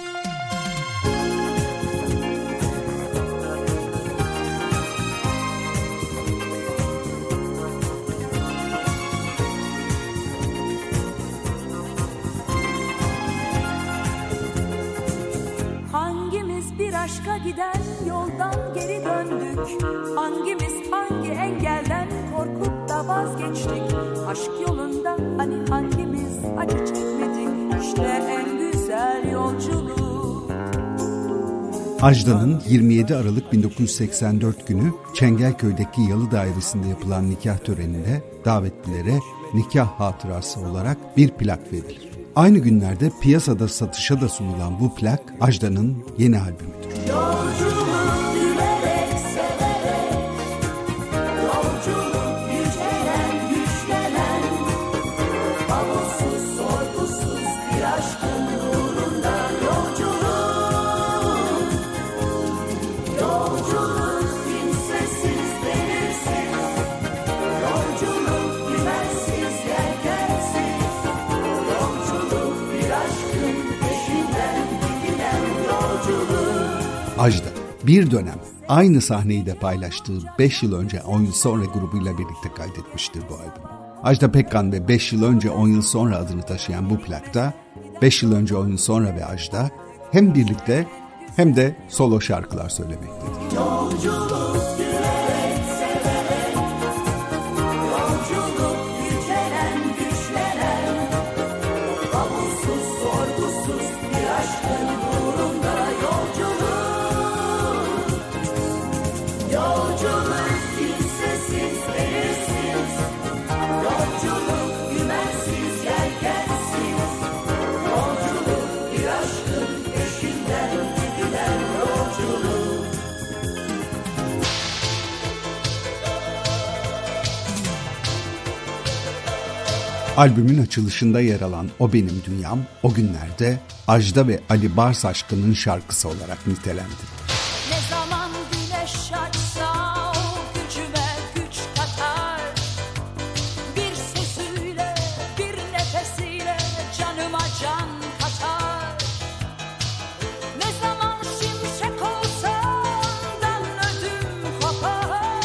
Hangimiz bir aşka giden yoldan geri döndük? Hangimiz hangi engelden korkup da vazgeçtik? Aşk yolunda hani hangimiz acı çekmedik? İşte en güzel yolculuk. Ajda'nın 27 Aralık 1984 günü Çengelköy'deki Yalı Dairesi'nde yapılan nikah töreninde davetlilere nikah hatırası olarak bir plak verilir. Aynı günlerde piyasada satışa da sunulan bu plak Ajda'nın yeni albümüdür. Yolculuk gülerek severek, yolculuk yücelen güçlenen, bavulsuz sorgusuz bir aşkın uğrunda yolculuk. Yolculuk kimsesiz belirsiz, yolculuk güvensiz yelkensiz, yolculuk bir aşkın peşinden gidilen yolculuk. Ajda bir dönem aynı sahneyi de paylaştığı 5 yıl önce 10 yıl sonra grubuyla birlikte kaydetmiştir bu albümü. Ajda Pekkan ve 5 yıl önce 10 yıl sonra adını taşıyan bu plakta 5 yıl önce 10 yıl sonra ve Ajda hem birlikte hem de solo şarkılar söylemektedir. Yolculuk gülerek severek, yolculuk yücelen güçlenen, bavulsuz sorgusuz bir aşkın uğrunda yolculuk. Yolculuk kimsesiz belirsiz, yolculuk güvensiz yelkensiz, yolculuk bir aşkın peşinden gidilen yolculuk. Albümün açılışında yer alan O Benim Dünyam o günlerde Ajda ve Ali Bars aşkının şarkısı olarak nitelendi. Ne zaman güneş açsa o gücüme güç katar. Bir sözüyle, bir nefesiyle canıma can katar. Ne zaman şimşek olsa ondan ödüm kopar.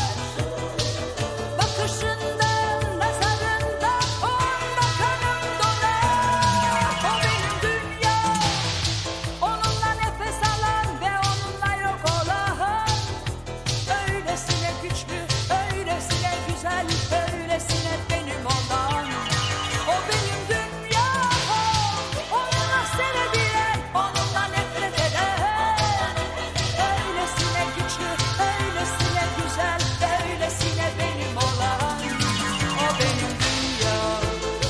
Bakışından, nazarından on bakanım dolar. O benim dünyam, onunla nefes alan ve onunla yok olan. Öylesine güçlü, öylesine güzel, öylesine benim olan. O benim dünyam, onunla sevebilen, onunla nefret eden. Öylesine güçlü, öylesine güzel, öylesine benim olan. O benim dünyam.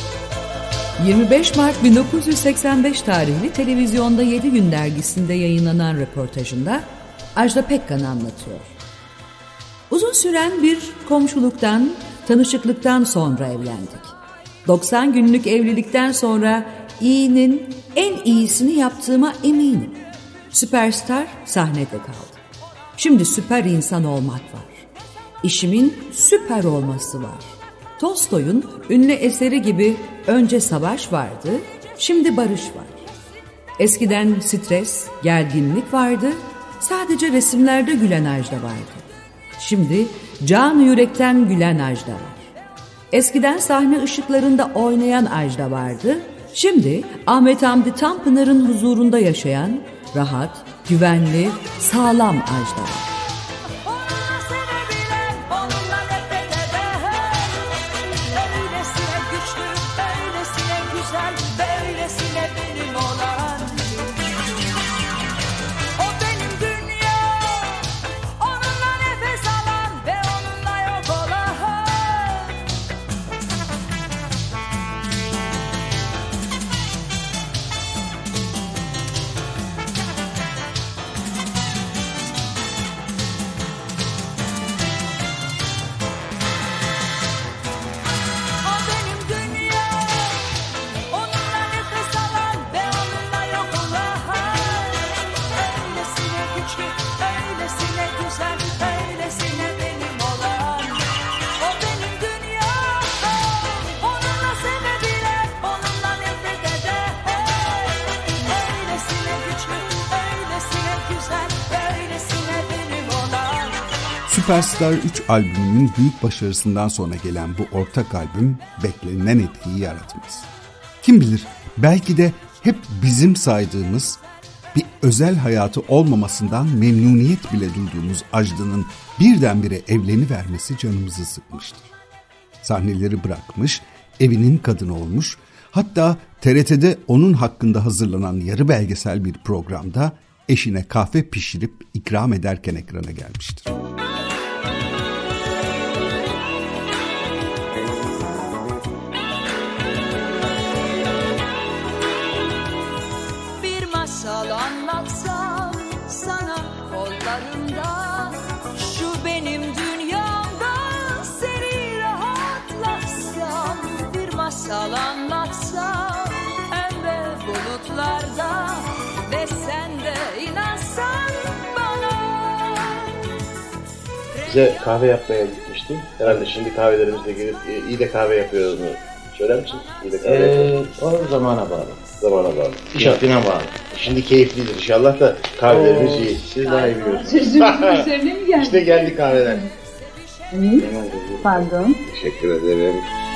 25 Mart 1985 tarihli televizyonda 7 Gün dergisinde yayınlanan röportajında Ajda Pekkan'ı anlatıyor. Uzun süren bir komşuluktan, tanışıklıktan sonra evlendik. 90 günlük evlilikten sonra iyinin en iyisini yaptığıma eminim. Süperstar sahnede kaldı. Şimdi süper insan olmak var. İşimin süper olması var. Tolstoy'un ünlü eseri gibi önce savaş vardı, şimdi barış var. Eskiden stres, gerginlik vardı, sadece resimlerde gülen Ajda vardı. Şimdi can yürekten gülen Ajda var. Eskiden sahne ışıklarında oynayan Ajda vardı, şimdi Ahmet Hamdi Tanpınar'ın huzurunda yaşayan rahat, güvenli, sağlam Ajda var. Superstar 3 albümünün büyük başarısından sonra gelen bu ortak albüm beklenilen etkiyi yaratmaz. Kim bilir, belki de hep bizim saydığımız, bir özel hayatı olmamasından memnuniyet bile duyduğumuz Ajda'nın birdenbire evlenivermesi canımızı sıkmıştır. Sahneleri bırakmış, evinin kadını olmuş, hatta TRT'de onun hakkında hazırlanan yarı belgesel bir programda eşine kahve pişirip ikram ederken ekrana gelmiştir. Anlatsam sana kollarında, şu benim dünyamda seni rahatlatsam, bir masal anlatsam hem de bulutlarda, ve sen de inansan bana. Bize kahve yapmaya gitmiştim. Herhalde şimdi kahvelerimizde gelip iyi de kahve yapıyoruz mu? Söyler misiniz? İyi de kahve yapıyoruz. O zamana bağlı. Zamana bağlı. İşine bağlı. Şimdi keyiflidir inşallah da kahvelerimiz iyi. Siz daha iyi biliyorsunuz. Üzerine mi geldi? İşte geldi kahveler. Pardon. Teşekkür ederim.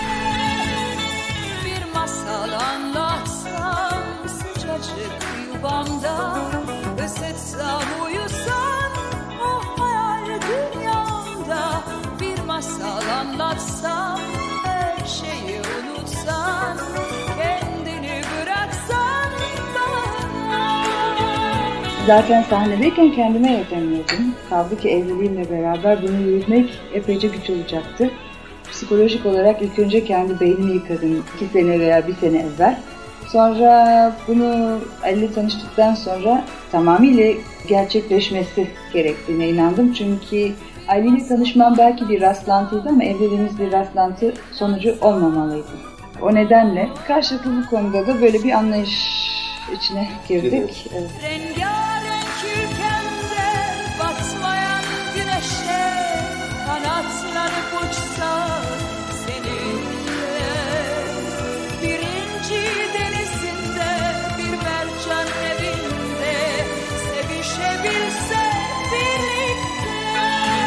Bir masal anlatsam sıcacık yuvamda, ısıtsam uyusam o hayal dünyamda, bir masal anlatsam her şeyi unutsan, kendini bıraksan bana. Zaten sahnedeyken kendime yetemiyordum. Kaldı ki evliliğimle beraber bunu yürütmek epeyce güç olacaktı. Psikolojik olarak ilk önce kendi beynimi yıkadım 2 sene veya 1 sene evvel. Sonra bunu Ali ile tanıştıktan sonra tamamıyla gerçekleşmesi gerektiğine inandım. Çünkü Ali ile tanışmam belki bir rastlantıydı ama evliliğimiz bir rastlantı sonucu olmamalıydı. O nedenle karşılıklı bu konuda da böyle bir anlayış içine girdik. Evet. Rengarenk ülkemde batmayan güneşe kanatlanıp uçsa seninle, birinci denizinde bir mercan evinde sevişebilse birlikte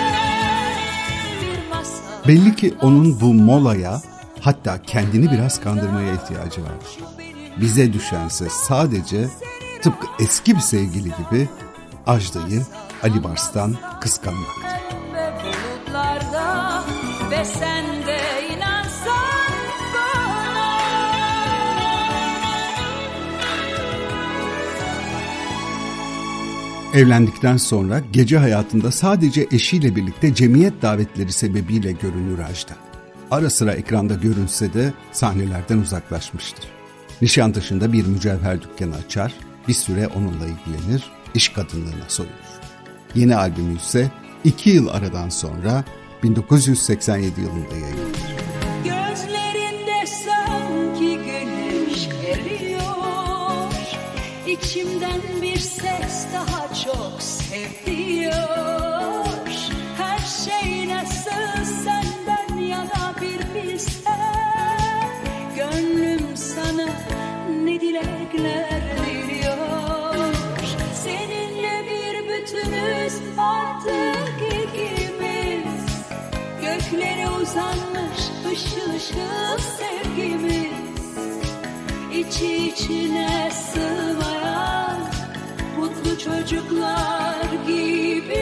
bir masal. Belli ki onun bu molaya, hatta kendini biraz kandırmaya ihtiyacı var. Bize düşense sadece tıpkı eski bir sevgili gibi Ajda'yı Ali Bars'tan kıskanmaktı. Ve bulutlarda, ve sen de inansan bana. Evlendikten sonra gece hayatında sadece eşiyle birlikte cemiyet davetleri sebebiyle görünür Ajda. Ara sıra ekranda görünse de sahnelerden uzaklaşmıştır. Nişantaşı'nda bir mücevher dükkanı açar, bir süre onunla ilgilenir, iş kadınlığına soyulur. Yeni albümü ise 2 yıl aradan sonra 1987 yılında yayınlanır. Gözlerinde sanki güneş geliyor, İçimden bir ses daha çok sev diyor. Her şey nasıl senden yana bir bilsen. Gönlüm sana ne dilekler diliyor. Seninle bir bütünüz artık ikimiz. Göklere uzanmış ışıl ışıl sevgimiz. İçi içine sığmayan mutlu çocuklar gibiyiz.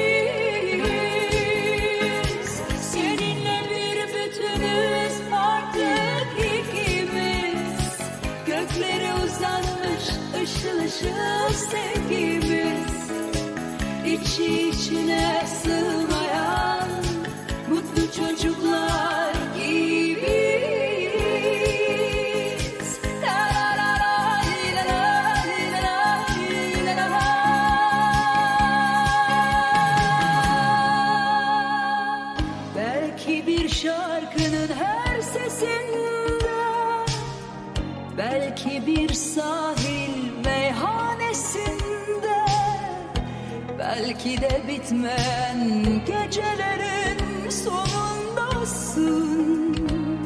Seninle bir bütünüz artık ikimiz. Göklere uzanmış ışıl ışıl sevgimiz. İçi içine sığmayan mutlu çocuklar gibiyiz. Belki bir şarkının her sesinde, belki bir sahil meyhanesinde, belki de bitmeyen gecelerin sonundasın.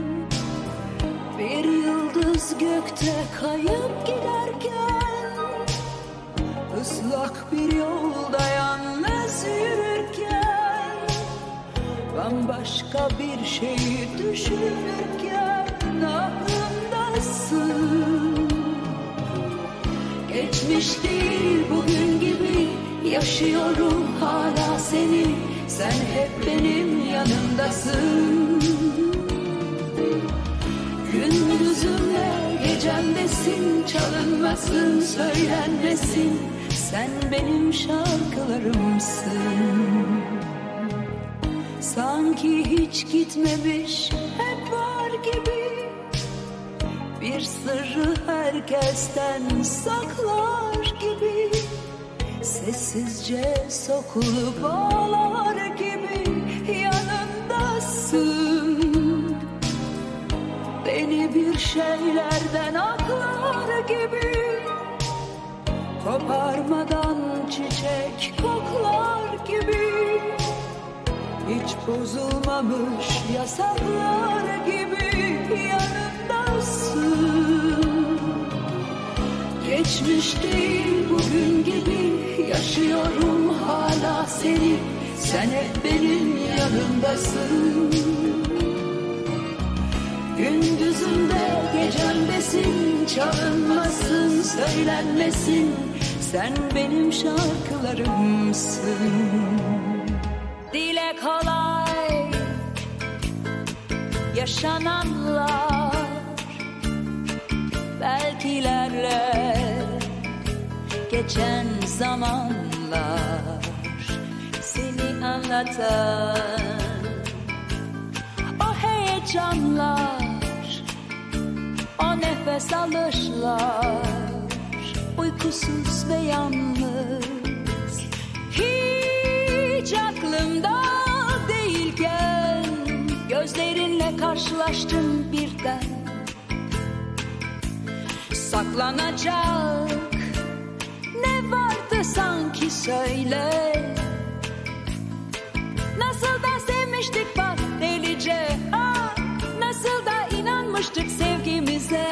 Bir yıldız gökte kayıp giderken, ıslak bir yolda yalnız yürürken, bambaşka bir şeyi düşünürken aklımdasın. Geçmiş değil bugün gibi yaşıyorum hala seni. Sen hep benim yanımdasın. Gündüzümde gecemdesin, çalınmasın, söylenmesin. Sen benim şarkılarımsın. Sanki hiç gitmemiş, hep var gibi. Bir sırrı herkesten saklar gibi. Sessizce sokulup ağlar gibi yanındasın. Beni bir şeylerden aklar gibi. Koparmadan çiçek koklar gibi. Hiç bozulmamış yasaklar gibi yanımdasın. Geçmiş değil bugün gibi yaşıyorum hala seni. Sen hep benim yanımdasın. Gündüzümde gecemdesin, çalınmasın, söylenmesin. Sen benim şarkılarımsın. Dile kolay yaşananlar belki ilerler geçen zamanlar. Seni anlatan o heyecanlar, o nefes alışlar, uykusuz ve yalnız. Hiç aklımda değilken gözlerinle karşılaştım birden. Saklanacak ne vardı sanki söyle. Nasıl da sevmiştik bak delice, ah, nasıl da inanmıştık sevgimize.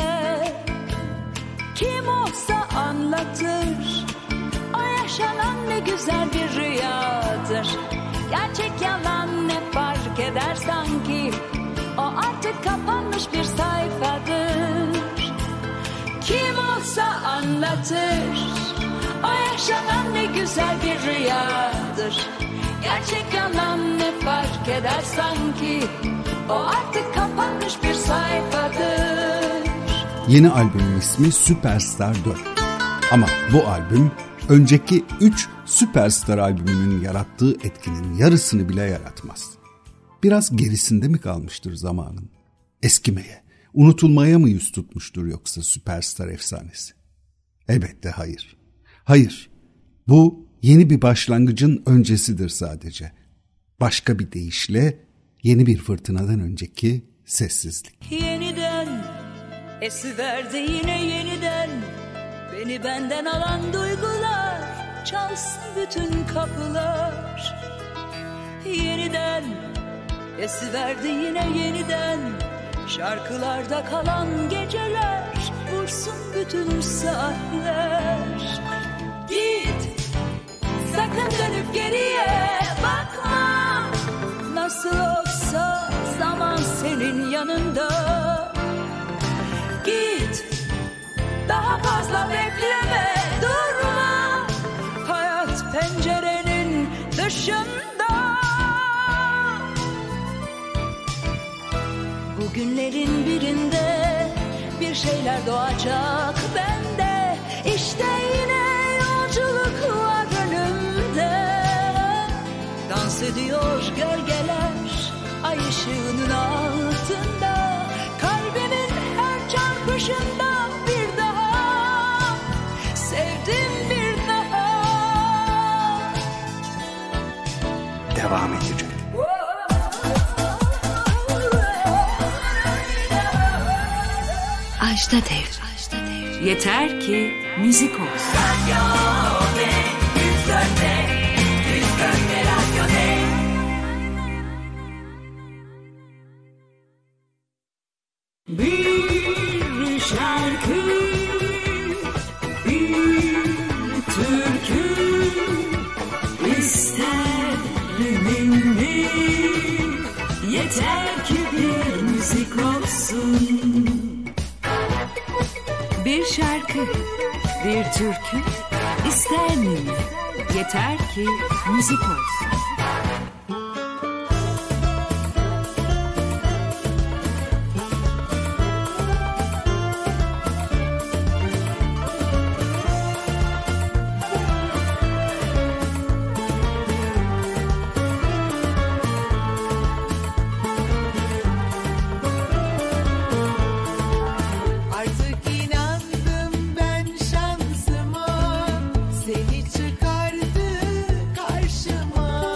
Kim olsa anlatır, o yaşanan ne güzel bir rüyadır. Gerçek yalan ne fark eder sanki, o artık kapanmış bir sayfadır. Kim olsa anlatır, o yaşanan ne güzel bir rüyadır. Gerçek yalan ne fark eder sanki, o artık kapanmış bir sayfadır. Yeni albümün ismi Superstar 4. Ama bu albüm önceki 3 Superstar albümünün yarattığı etkinin yarısını bile yaratmaz. Biraz gerisinde mi kalmıştır zamanın? Eskimeye, unutulmaya mı yüz tutmuştur yoksa Superstar efsanesi? Elbette hayır. Hayır, bu yeni bir başlangıcın öncesidir sadece. Başka bir deyişle yeni bir fırtınadan önceki sessizlik. Yeniden esiverdi yine yeniden, beni benden alan duygular, çalsın bütün kapılar. Yeniden esiverdi yine yeniden. Şarkılarda kalan geceler, vursun bütün saatler. Git, sakın dönüp geriye bakma. Nasıl olsa zaman senin yanında. Git, daha fazla bekleme, durma. Hayat pencerenin dışında. Bugünlerin birinde bir şeyler doğacak bende. İşte yine yolculuk var önümde. Dans ediyor gölgeler ay ışığının altında. Kalbimin her çarpışında bir daha sevdim, bir daha. Devam edecek. Ajda Devr. Yeter ki müzik olsun. Bir şarkı, bir türkü, isterim mi? Yeter ki bir müzik olsun. Bir şarkı, bir türkü, ister miyim? Yeter ki müzik olsun. Seni çıkardı karşıma.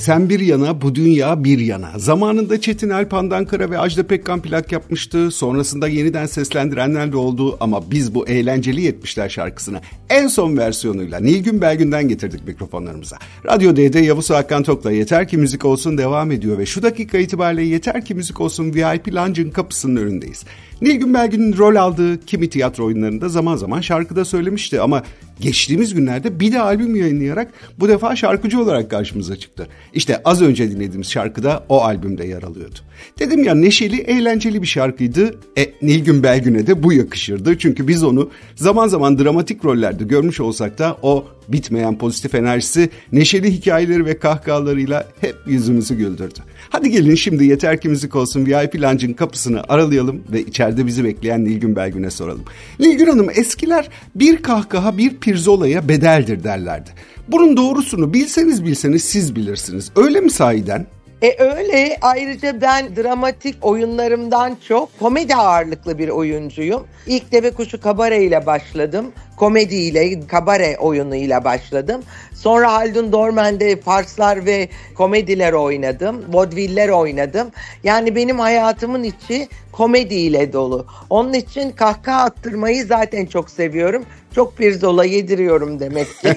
Sen bir yana, bu dünya bir yana. Zamanında Çetin Alp, Handan Kara ve Ajda Pekkan plak yapmıştı. Sonrasında yeniden seslendirenler de oldu ama biz bu eğlenceli 70'ler şarkısını en son versiyonuyla Nilgün Belgün'den getirdik mikrofonlarımıza. Radyo D'de Yavuz Hakan Tok'la Yeter Ki Müzik Olsun devam ediyor ve şu dakika itibariyle Yeter Ki Müzik Olsun VIP Lounge'ın kapısının önündeyiz. Nilgün Belgün'ün rol aldığı kimi tiyatro oyunlarında zaman zaman şarkıda söylemişti ama geçtiğimiz günlerde bir de albüm yayınlayarak bu defa şarkıcı olarak karşımıza çıktı. İşte az önce dinlediğimiz şarkı da o albümde yer alıyordu. Dedim ya, neşeli, eğlenceli bir şarkıydı. Nilgün Belgün'e de bu yakışırdı. Çünkü biz onu zaman zaman dramatik rollerde görmüş olsak da o bitmeyen pozitif enerjisi, neşeli hikayeleri ve kahkahalarıyla hep yüzümüzü güldürdü. Hadi gelin şimdi Yeter Ki Müzik Olsun VIP Lounge'ın kapısını aralayalım ve içeride bizi bekleyen Nilgün Belgün'e soralım. Nilgün Hanım, eskiler bir kahkaha bir pirzolaya bedeldir derlerdi. Bunun doğrusunu bilseniz siz bilirsiniz. Öyle mi sahiden? Öyle. Ayrıca ben dramatik oyunlarımdan çok komedi ağırlıklı bir oyuncuyum. İlk Deve Kuşu Kabare ile başladım. Komediyle, kabare oyunuyla başladım. Sonra Haldun Dormen'de farslar ve komediler oynadım. Vodeviller oynadım. Yani benim hayatımın içi komediyle dolu. Onun için kahkaha attırmayı zaten çok seviyorum. Çok pirzola yediriyorum demek ki.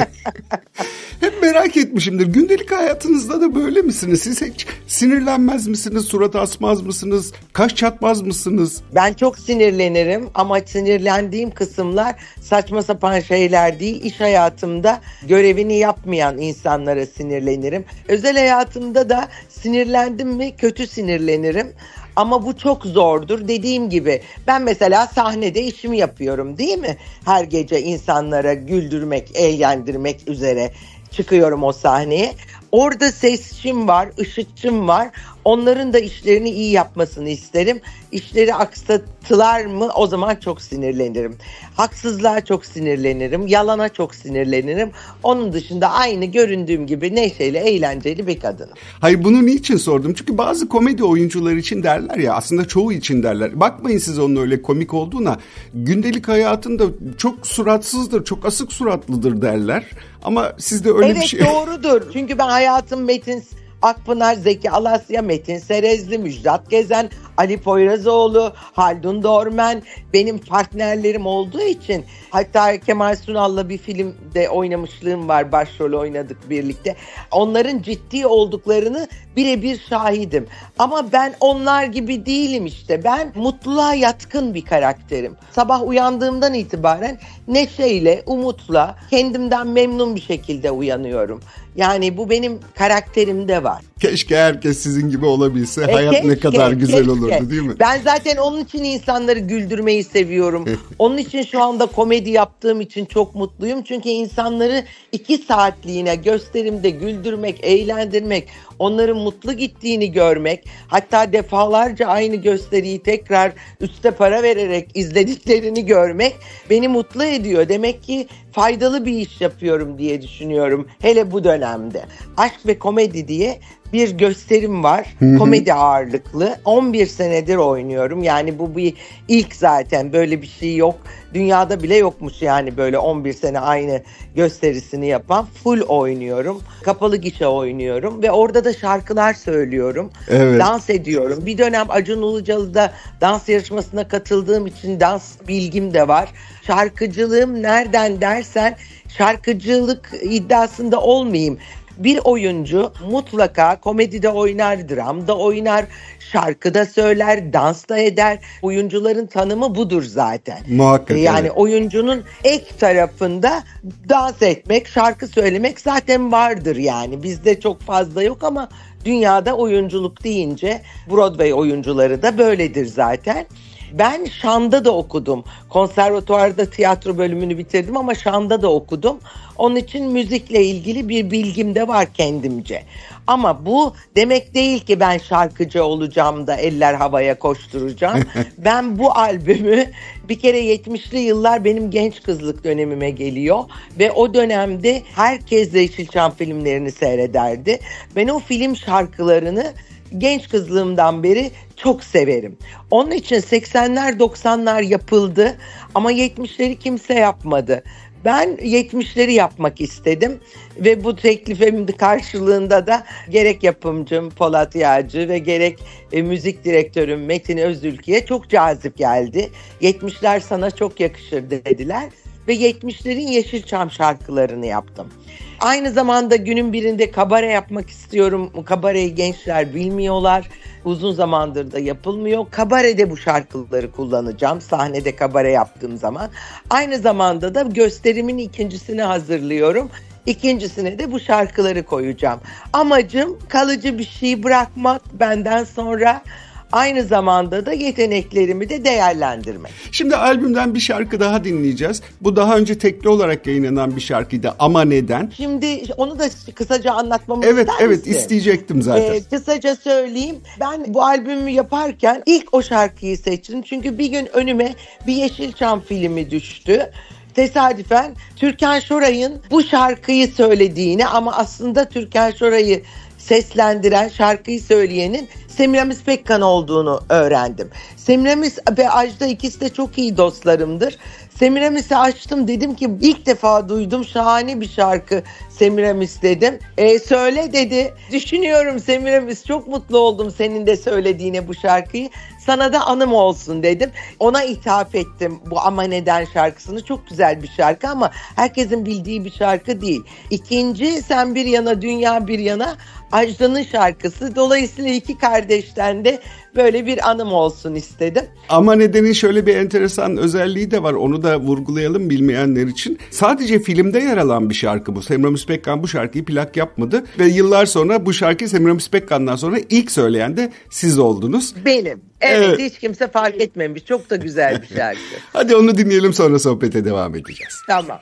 Hep merak etmişimdir. Gündelik hayatınızda da böyle misiniz? Siz hiç sinirlenmez misiniz? Surat asmaz mısınız? Kaş çatmaz mısınız? Ben çok sinirlenirim ama sinirlendiğim kısımlar saçma sapan şeyler değil. İş hayatımda görevini yapmayan insanlara sinirlenirim. Özel hayatımda da sinirlendim mi kötü sinirlenirim. Ama bu çok zordur. Dediğim gibi ben mesela sahnede işimi yapıyorum, değil mi? Her gece insanlara güldürmek, eğlendirmek üzere çıkıyorum o sahneye. Orada sesçim var, ışıkçım var. Onların da işlerini iyi yapmasını isterim. İşleri aksattılar mı o zaman çok sinirlenirim. Haksızlığa çok sinirlenirim. Yalana çok sinirlenirim. Onun dışında aynı göründüğüm gibi neşeli, eğlenceli bir kadınım. Hayır, bunu niçin sordum? Çünkü bazı komedi oyuncuları için derler ya, aslında çoğu için derler. Bakmayın siz onun öyle komik olduğuna. Gündelik hayatında çok suratsızdır, çok asık suratlıdır derler. Ama sizde öyle bir şey... Evet, doğrudur. Çünkü ben hayatım Metin Akpınar, Zeki Alasya, Metin Serezli, Müjdat Gezen, Ali Poyrazoğlu, Haldun Dormen benim partnerlerim olduğu için, hatta Kemal Sunal'la bir filmde oynamışlığım var, başrol oynadık birlikte. Onların ciddi olduklarını birebir şahidim. Ama ben onlar gibi değilim işte. Ben mutluluğa yatkın bir karakterim. Sabah uyandığımdan itibaren neşeyle, umutla, kendimden memnun bir şekilde uyanıyorum. Yani bu benim karakterimde var. Keşke herkes sizin gibi olabilse. Hayat ne kadar güzel olurdu, değil mi? Ben zaten onun için insanları güldürmeyi seviyorum. Onun için şu anda komedi yaptığım için çok mutluyum. Çünkü insanları 2 saatliğine gösterimde güldürmek, eğlendirmek, onların mutlu gittiğini görmek, hatta defalarca aynı gösteriyi tekrar üste para vererek izlediklerini görmek beni mutlu ediyor. Demek ki faydalı bir iş yapıyorum diye düşünüyorum. Hele bu dönemde. Aşk ve Komedi diye bir gösterim var. Komedi ağırlıklı. 11 senedir oynuyorum. Yani bu bir ilk zaten. Böyle bir şey yok. Dünyada bile yokmuş yani böyle 11 sene aynı gösterisini yapan. Full oynuyorum. Kapalı gişe oynuyorum. Ve orada da şarkılar söylüyorum. Evet. Dans ediyorum. Bir dönem Acun Ilıcalı'da dans yarışmasına katıldığım için dans bilgim de var. Şarkıcılığım nereden dersen, şarkıcılık iddiasında olmayayım. Bir oyuncu mutlaka komedide oynar, dramda oynar, şarkıda söyler, dans da eder. Oyuncuların tanımı budur zaten. Muhakkak. Yani evet. Oyuncunun ek tarafında dans etmek, şarkı söylemek zaten vardır yani. Bizde çok fazla yok ama dünyada oyunculuk deyince Broadway oyuncuları da böyledir zaten. Ben şanda da okudum. Konservatuvarda tiyatro bölümünü bitirdim ama şanda da okudum. Onun için müzikle ilgili bir bilgim de var kendimce. Ama bu demek değil ki ben şarkıcı olacağım da eller havaya koşturacağım. Ben bu albümü bir kere 70'li yıllar benim genç kızlık dönemime geliyor. Ve o dönemde herkes Yeşilçam filmlerini seyrederdi. Ben o film şarkılarını genç kızlığımdan beri çok severim. Onun için 80'ler 90'lar yapıldı ama 70'leri kimse yapmadı. Ben 70'leri yapmak istedim ve bu teklifimin karşılığında da gerek yapımcım Polat Yağcı ve gerek müzik direktörüm Metin Özülki'ye çok cazip geldi. 70'ler sana çok yakışır dediler ve 70'lerin Yeşilçam şarkılarını yaptım. Aynı zamanda günün birinde kabare yapmak istiyorum. Kabareyi gençler bilmiyorlar. Uzun zamandır da yapılmıyor. Kabarede bu şarkıları kullanacağım. Sahnede kabare yaptığım zaman. Aynı zamanda da gösterimin ikincisini hazırlıyorum. İkincisine de bu şarkıları koyacağım. Amacım kalıcı bir şey bırakmak benden sonra. Aynı zamanda da yeteneklerimi de değerlendirmek. Şimdi albümden bir şarkı daha dinleyeceğiz. Bu daha önce tekli olarak yayınlanan bir şarkıydı. Ama neden? Şimdi onu da kısaca anlatmamı ister misin? Evet, isteyecektim zaten. Kısaca söyleyeyim. Ben bu albümü yaparken ilk o şarkıyı seçtim. Çünkü bir gün önüme bir Yeşilçam filmi düştü. Tesadüfen Türkan Şoray'ın bu şarkıyı söylediğini ama aslında Türkan Şoray'ı seslendiren, şarkıyı söyleyenin Semiramis Pekkan olduğunu öğrendim. Semiramis ve Ajda ikisi de çok iyi dostlarımdır. Semiramis'i açtım, dedim ki ilk defa duydum, şahane bir şarkı Semiramis dedim. Söyle dedi. Düşünüyorum Semiramis, çok mutlu oldum senin de söylediğine bu şarkıyı. Sana da anım olsun dedim. Ona ithaf ettim bu Ama Neden şarkısını. Çok güzel bir şarkı ama herkesin bildiği bir şarkı değil. İkinci Sen Bir Yana Dünya Bir Yana Ajda'nın şarkısı. Dolayısıyla iki kardeşten de böyle bir anım olsun istedim. Ama Neden'in şöyle bir enteresan özelliği de var. Onu da vurgulayalım bilmeyenler için. Sadece filmde yer alan bir şarkı bu. Semiramis Pekkan bu şarkıyı plak yapmadı. Ve yıllar sonra bu şarkıyı Semiramis Pekkan'dan sonra ilk söyleyen de siz oldunuz. Benim. Evet, hiç kimse fark etmemiş. Çok da güzel bir şarkı. Hadi onu dinleyelim, sonra sohbete devam edeceğiz. Tamam.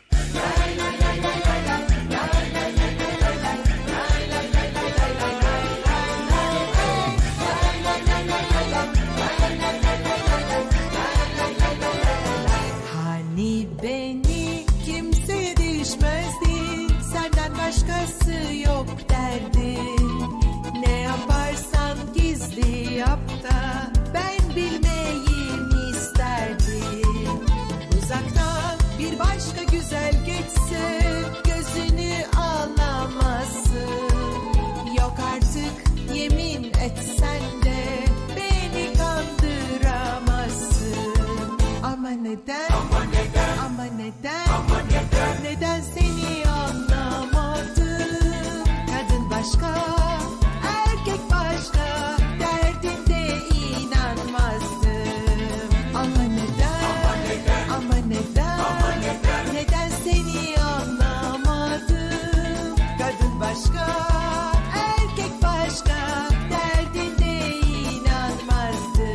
Hani beni kimseye değişmezdin, senden başkası yok derdin. Ne yaparsan gizli yap da ben bilmeyim isterdim. Uzaktan bir başka güzel geçse gözünü alamazsın. Yok artık yemin etsen de beni kandıramazsın. Ama neden? Ama neden? Ama neden? Ama neden? Neden seni anlamadım? Kadın başka, erkek başka, derdinde inanmazdım. Ama neden? Ama neden? Ama neden? Ama neden? Neden seni anlamadım? Kadın başka, erkek başka, derdinde inanmazdım.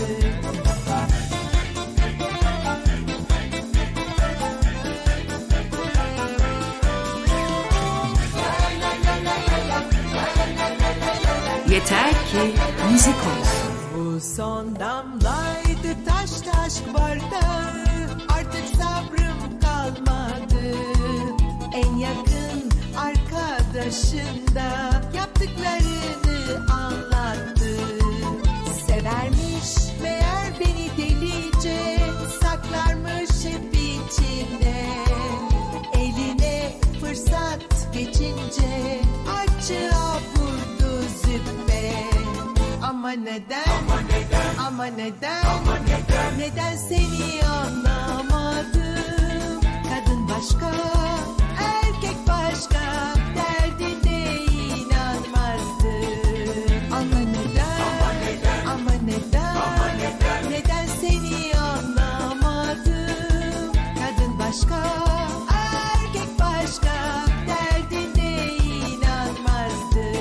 Yeter ki müzik olsun. Bu son damlaydı taştı aşk bardağı, artık sabrım kalmadı. En yakın arkadaşın da yaptıklarını anlattı. Severmiş meğer beni delice, saklarmış hep içinde. Eline fırsat geçince açığa vurdu züppe. Ama neden? Ama neden? Ama neden? Ama neden? Neden seni anlamadım? Kadın başka, erkek başka, derdine inanmazdım. Ama neden? Ama neden? Ama neden? Ama neden? Neden seni anlamadım? Kadın başka, erkek başka, derdine inanmazdım.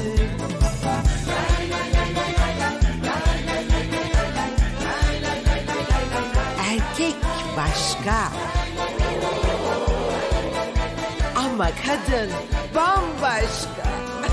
Erkek başka ama kadın bambaşka.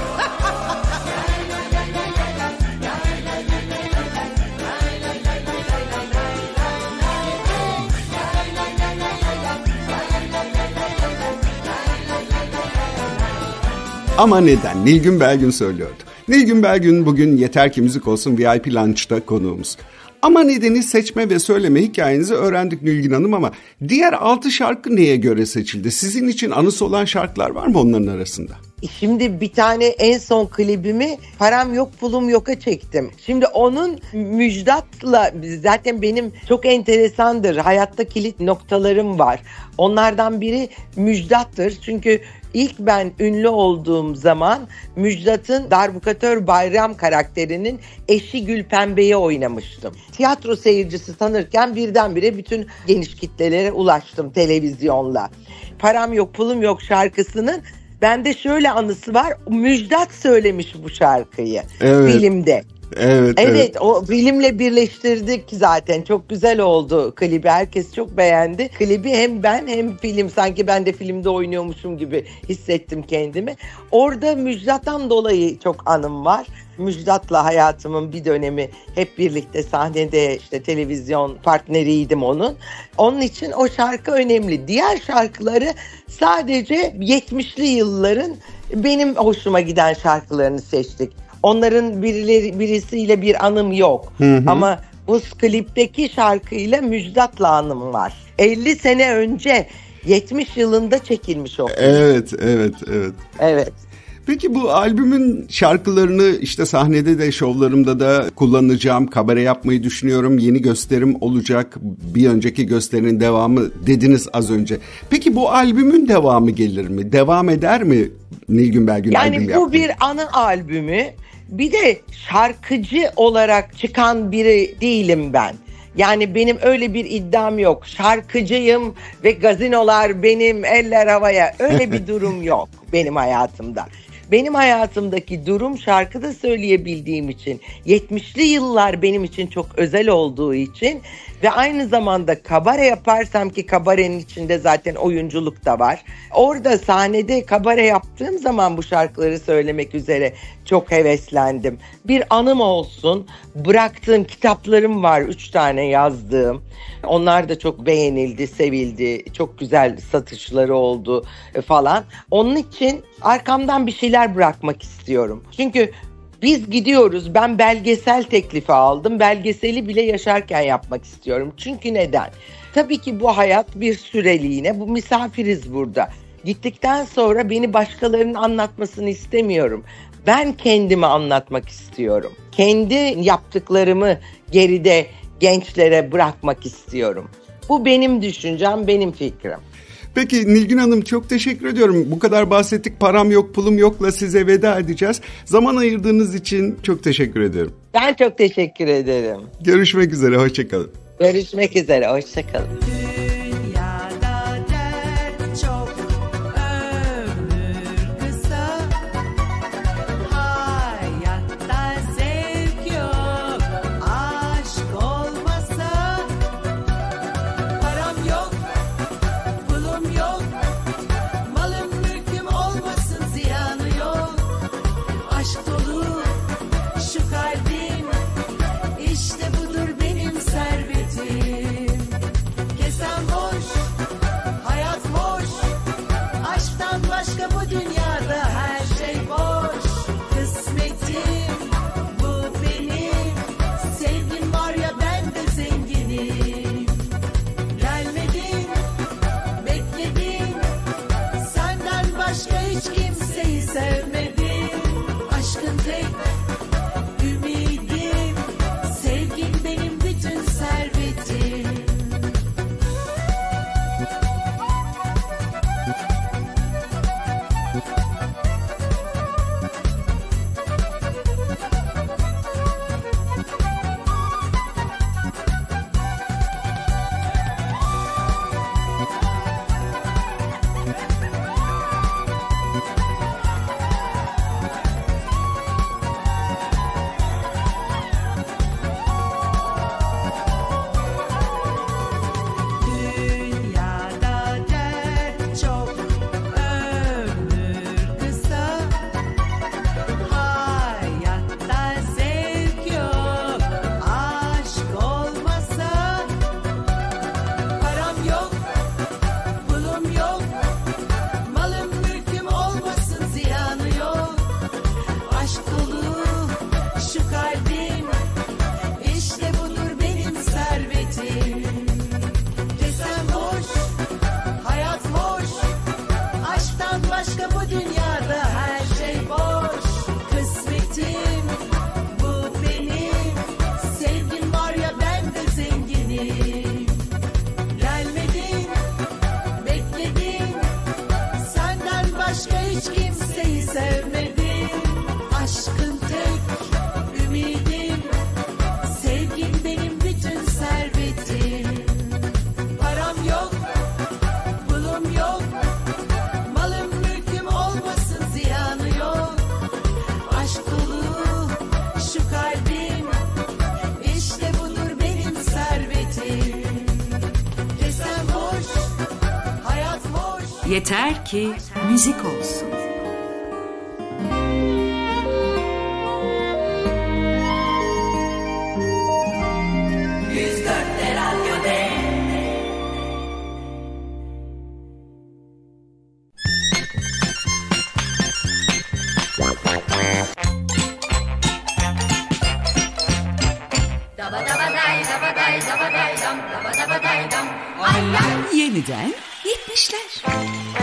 Ama neden? Nilgün Belgün söylüyordu. Nilgün Belgün bugün Yeter Ki Müzik Olsun VIP Lunch'ta konuğumuz. Ama nedeni seçme ve söyleme hikayenizi öğrendik Nilgün Hanım, ama diğer 6 şarkı neye göre seçildi? Sizin için anısı olan şarkılar var mı onların arasında? Şimdi bir tane en son klibimi Param Yok Pulum Yok'a çektim. Şimdi onun Müjdat'la, zaten benim çok enteresandır. Hayatta kilit noktalarım var. Onlardan biri Müjdat'tır. Çünkü ilk ben ünlü olduğum zaman Müjdat'ın Darbukatör Bayram karakterinin eşi Gülpembe'yi oynamıştım. Tiyatro seyircisi tanırken birdenbire bütün geniş kitlelere ulaştım televizyonla. Param Yok Pulum Yok şarkısının bende şöyle anısı var. Müjdat söylemiş bu şarkıyı filmde. Evet, o filmle birleştirdik zaten. Çok güzel oldu klibi. Herkes çok beğendi. Klibi hem ben hem film. Sanki ben de filmde oynuyormuşum gibi hissettim kendimi. Orada Müjdat'tan dolayı çok anım var. Müjdat'la hayatımın bir dönemi hep birlikte sahnede, işte televizyon partneriydim onun. Onun için o şarkı önemli. Diğer şarkıları sadece 70'li yılların benim hoşuma giden şarkılarını seçtik. Onların birisiyle bir anım yok. Ama bu klipteki şarkıyla Müjdat'la anım var. 50 sene önce 70 yılında çekilmiş o. Evet. Peki bu albümün şarkılarını işte sahnede de, şovlarımda da kullanacağım. Kabare yapmayı düşünüyorum. Yeni gösterim olacak. Bir önceki gösterinin devamı dediniz az önce. Peki bu albümün devamı gelir mi? Devam eder mi Nilgün Belgün albüm yapmayı? Yani bu bir anı albümü. Bir de şarkıcı olarak çıkan biri değilim ben. Yani benim öyle bir iddiam yok. Şarkıcıyım ve gazinolar benim, eller havaya. Öyle bir durum yok benim hayatımda. Benim hayatımdaki durum şarkıda söyleyebildiğim için, 70'li yıllar benim için çok özel olduğu için ve aynı zamanda kabare yaparsam, ki kabarenin içinde zaten oyunculuk da var. Orada sahnede kabare yaptığım zaman bu şarkıları söylemek üzere çok heveslendim. Bir anım olsun, bıraktığım kitaplarım var, 3 tane yazdığım. Onlar da çok beğenildi, sevildi, çok güzel satışları oldu falan. Onun için arkamdan bir şeyler bırakmak istiyorum. Çünkü biz gidiyoruz, ben belgesel teklifi aldım. Belgeseli bile yaşarken yapmak istiyorum. Çünkü neden? Tabii ki bu hayat bir süreliğine, bu misafiriz burada. Gittikten sonra beni başkalarının anlatmasını istemiyorum. Ben kendimi anlatmak istiyorum. Kendi yaptıklarımı geride gençlere bırakmak istiyorum. Bu benim düşüncem, benim fikrim. Peki Nilgün Hanım, çok teşekkür ediyorum. Bu kadar bahsettik, param yok pulum yokla size veda edeceğiz. Zaman ayırdığınız için çok teşekkür ediyorum. Ben çok teşekkür ederim. Görüşmek üzere, hoşçakalın. Görüşmek üzere, hoşçakalın. Dünyada dert çok, ömür kısa. Hayatta zevk yok, aşk olmasa. Param yok, pulum yok, malım mülküm olmasın, ziyanı yok. Aşk dolu şu kalbim, işte budur benim servetim. Yeter ki müzik olsun. Yeniden 70'ler.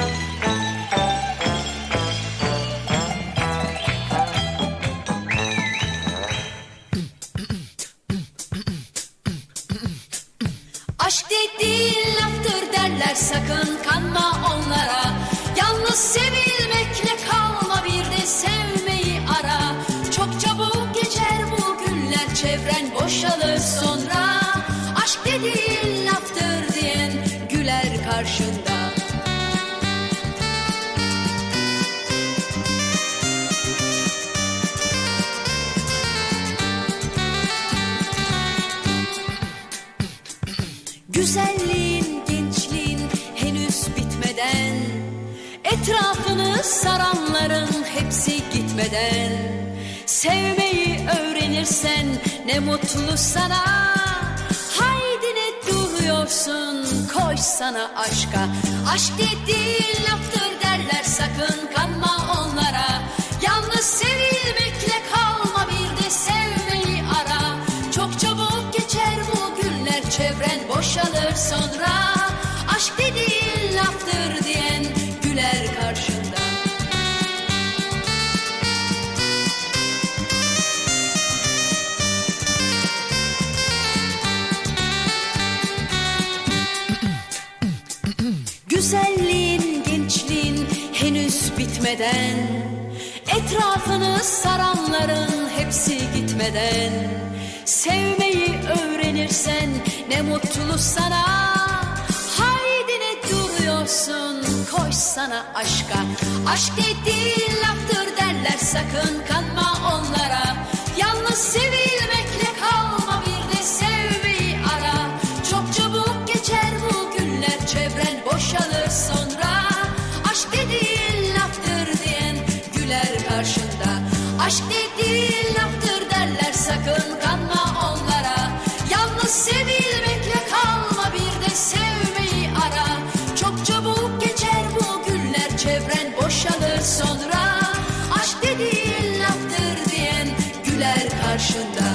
Aşk dediğin laftır derler, sakın kanma onlara. Yalnız sevilmekle kalma, bir de sevmeyi ara. Çok çabuk geçer bu günler, çevren boşalır sonra. Aşk dediğin laftır diyen güler karşında. Güzelliğin, gençliğin henüz bitmeden, etrafını saranların hepsi gitmeden, sevmeyi öğrenirsen ne mutlu sana. Haydi ne duruyorsun, koş sana aşka. Aşk dediğin laftır derler, sakın kanma onlara. Yalnız sevilmekle kalma, bir de sevmeyi ara. Çok çabuk geçer bu günler, çevren boşalır sonra. Aşk dediğin laftır diyen güler karşında. Güzelliğin, gençliğin henüz bitmeden, etrafını saranların hepsi gitmeden, sevmeyi öğrenirsen ne mutlu sana. Haydi ne duruyorsun, koş sana aşka. Aşk dediğin laftır derler, sakın kanma onlara. Yalnız sevilmekle kalma, bir de sevmeyi ara. Çok çabuk geçer bu günler, çevren boşalır sonra. Aşk dediğin laftır diyen güler karşında. Aşk dediğin laftır derler, sakın kanma onlara. Yalnız sevilmekle kalma, bir de sevmeyi ara. Çok çabuk geçer bu günler, çevren boşalır sonra. Aşk dediğin laftır diyen güler karşında.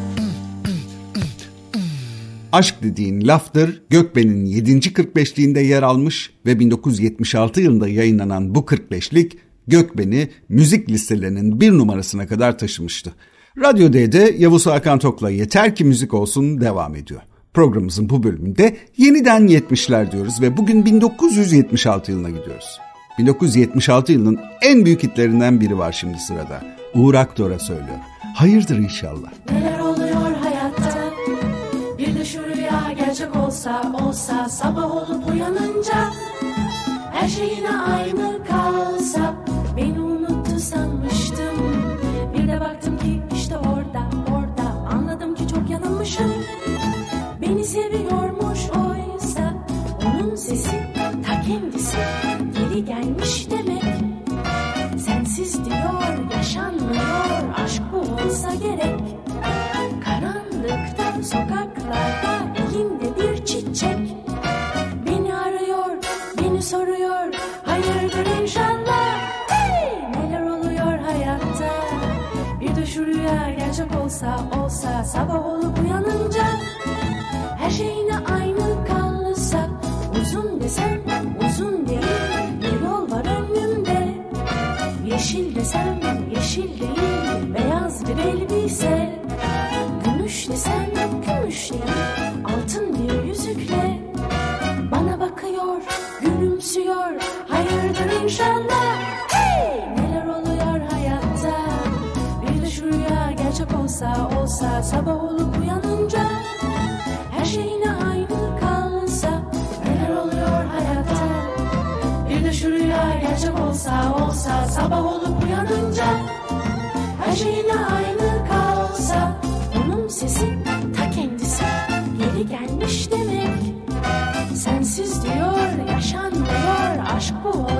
Aşk dediğin laftır Gökben'in 7. 45'liğinde yer almış ve 1976 yılında yayınlanan bu 45'lik Gökben'i müzik listelerinin 1 numarasına kadar taşımıştı. Radyo D'de Yavuz Hakan Tok'la Yeter Ki Müzik Olsun devam ediyor. Programımızın bu bölümünde yeniden 70'ler diyoruz ve bugün 1976 yılına gidiyoruz. 1976 yılının en büyük hitlerinden biri var şimdi sırada. Uğur Akdor'a söylüyor. Hayırdır inşallah. Neler oluyor hayatta? Bir de şu rüya gerçek olsa sabah olup uyanınca her şey yine aynı kalsa. Beni unuttu sanmıştım. Bir de baktım ki işte orada anladım ki çok yanılmışım. Beni seviyormuş oysa onun sesi ta kendisi geri gelmiş demek. Sensiz diyor yaşanmıyor, aşk bu olsa gerek. Karanlıkta sokaklarda elinde bir çiçek. Beni arıyor, beni soruyor, hayırdır inşallah. Hey! Neler oluyor hayatta? Bir de şu rüya gerçek olsa sabah olup uyanınca her şey yine aynı kalsa. Uzun desem uzun değil, bir yol var önümde. Yeşil desem yeşil değil, beyaz bir elbise. Gümüş desem gümüş değil, altın bir yüzükle. Bana bakıyor, gülümsüyor, hayırdır inşallah. Hey! Neler oluyor hayatta? Bir de şu rüya gerçek olsa sabah olup uyanınca her şey yine aynı kalsa. Neler oluyor hayatta? Bir de şu rüya gerçek olsa sabah olup uyanınca her şey yine aynı kalsa. Onun sesi ta kendisi geri gelmiş demek. Sensiz diyor yaşanmıyor, aşk bu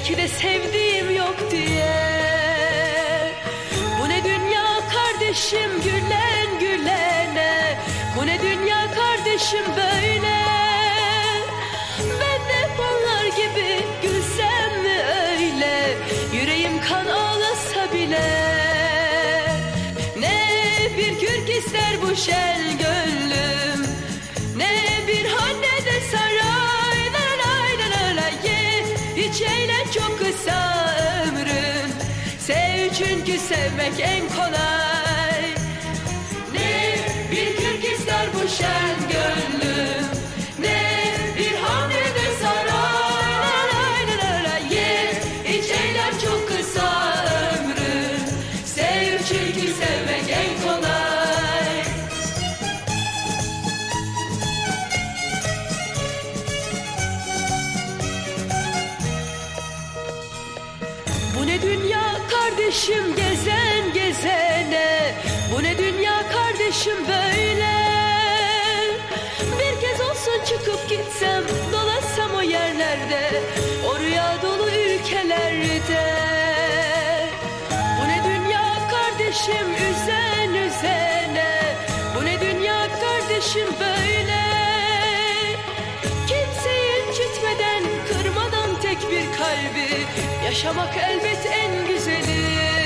belki de sevdiğim yok diye. Bu ne dünya kardeşim gülen gülene, bu ne dünya kardeşim böyle. Ben de onlar gibi gülsem mi öyle, yüreğim kan ağlasa bile. Ne bir kürk ister bu şel gönlüm, ne bir hanne de saray. Ye hiç eğlen, çok kısa ömrün, sev çünkü sevmek en kolay. Ne bir kürk ister bu şen gönlüm, ne bir hanne de saray. Ye hiç eğlen, çok kısa ömrün, sev çünkü sevmek en kolay. Bu ne dünya kardeşim gezen gezene, bu ne dünya kardeşim böyle. Bir kez olsun çıkıp gitsem, dolaşsam o yerlerde, o rüya dolu ülkelerde. Bu ne dünya kardeşim üzen üzene, bu ne dünya kardeşim böyle. Kimseyi incitmeden, kırmadan tek bir kalbi, yaşamak elbet en güzeli.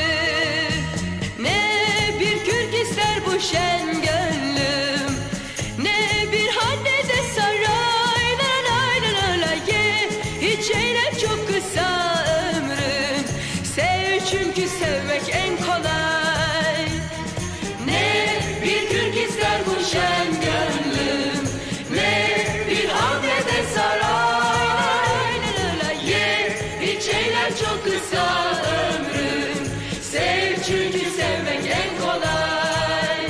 Ne bir kürk ister bu şen gönlüm, ne bir hanne de saray. Ye hiç eğlen, çok kısa ömrün, sev çünkü sevmek en kolay. Ne bir kürk ister bu şen gönlüm, ne bir hanne de saray. Ye hiç eğlen, çok kısa ömrün, sev çünkü sevmek en kolay.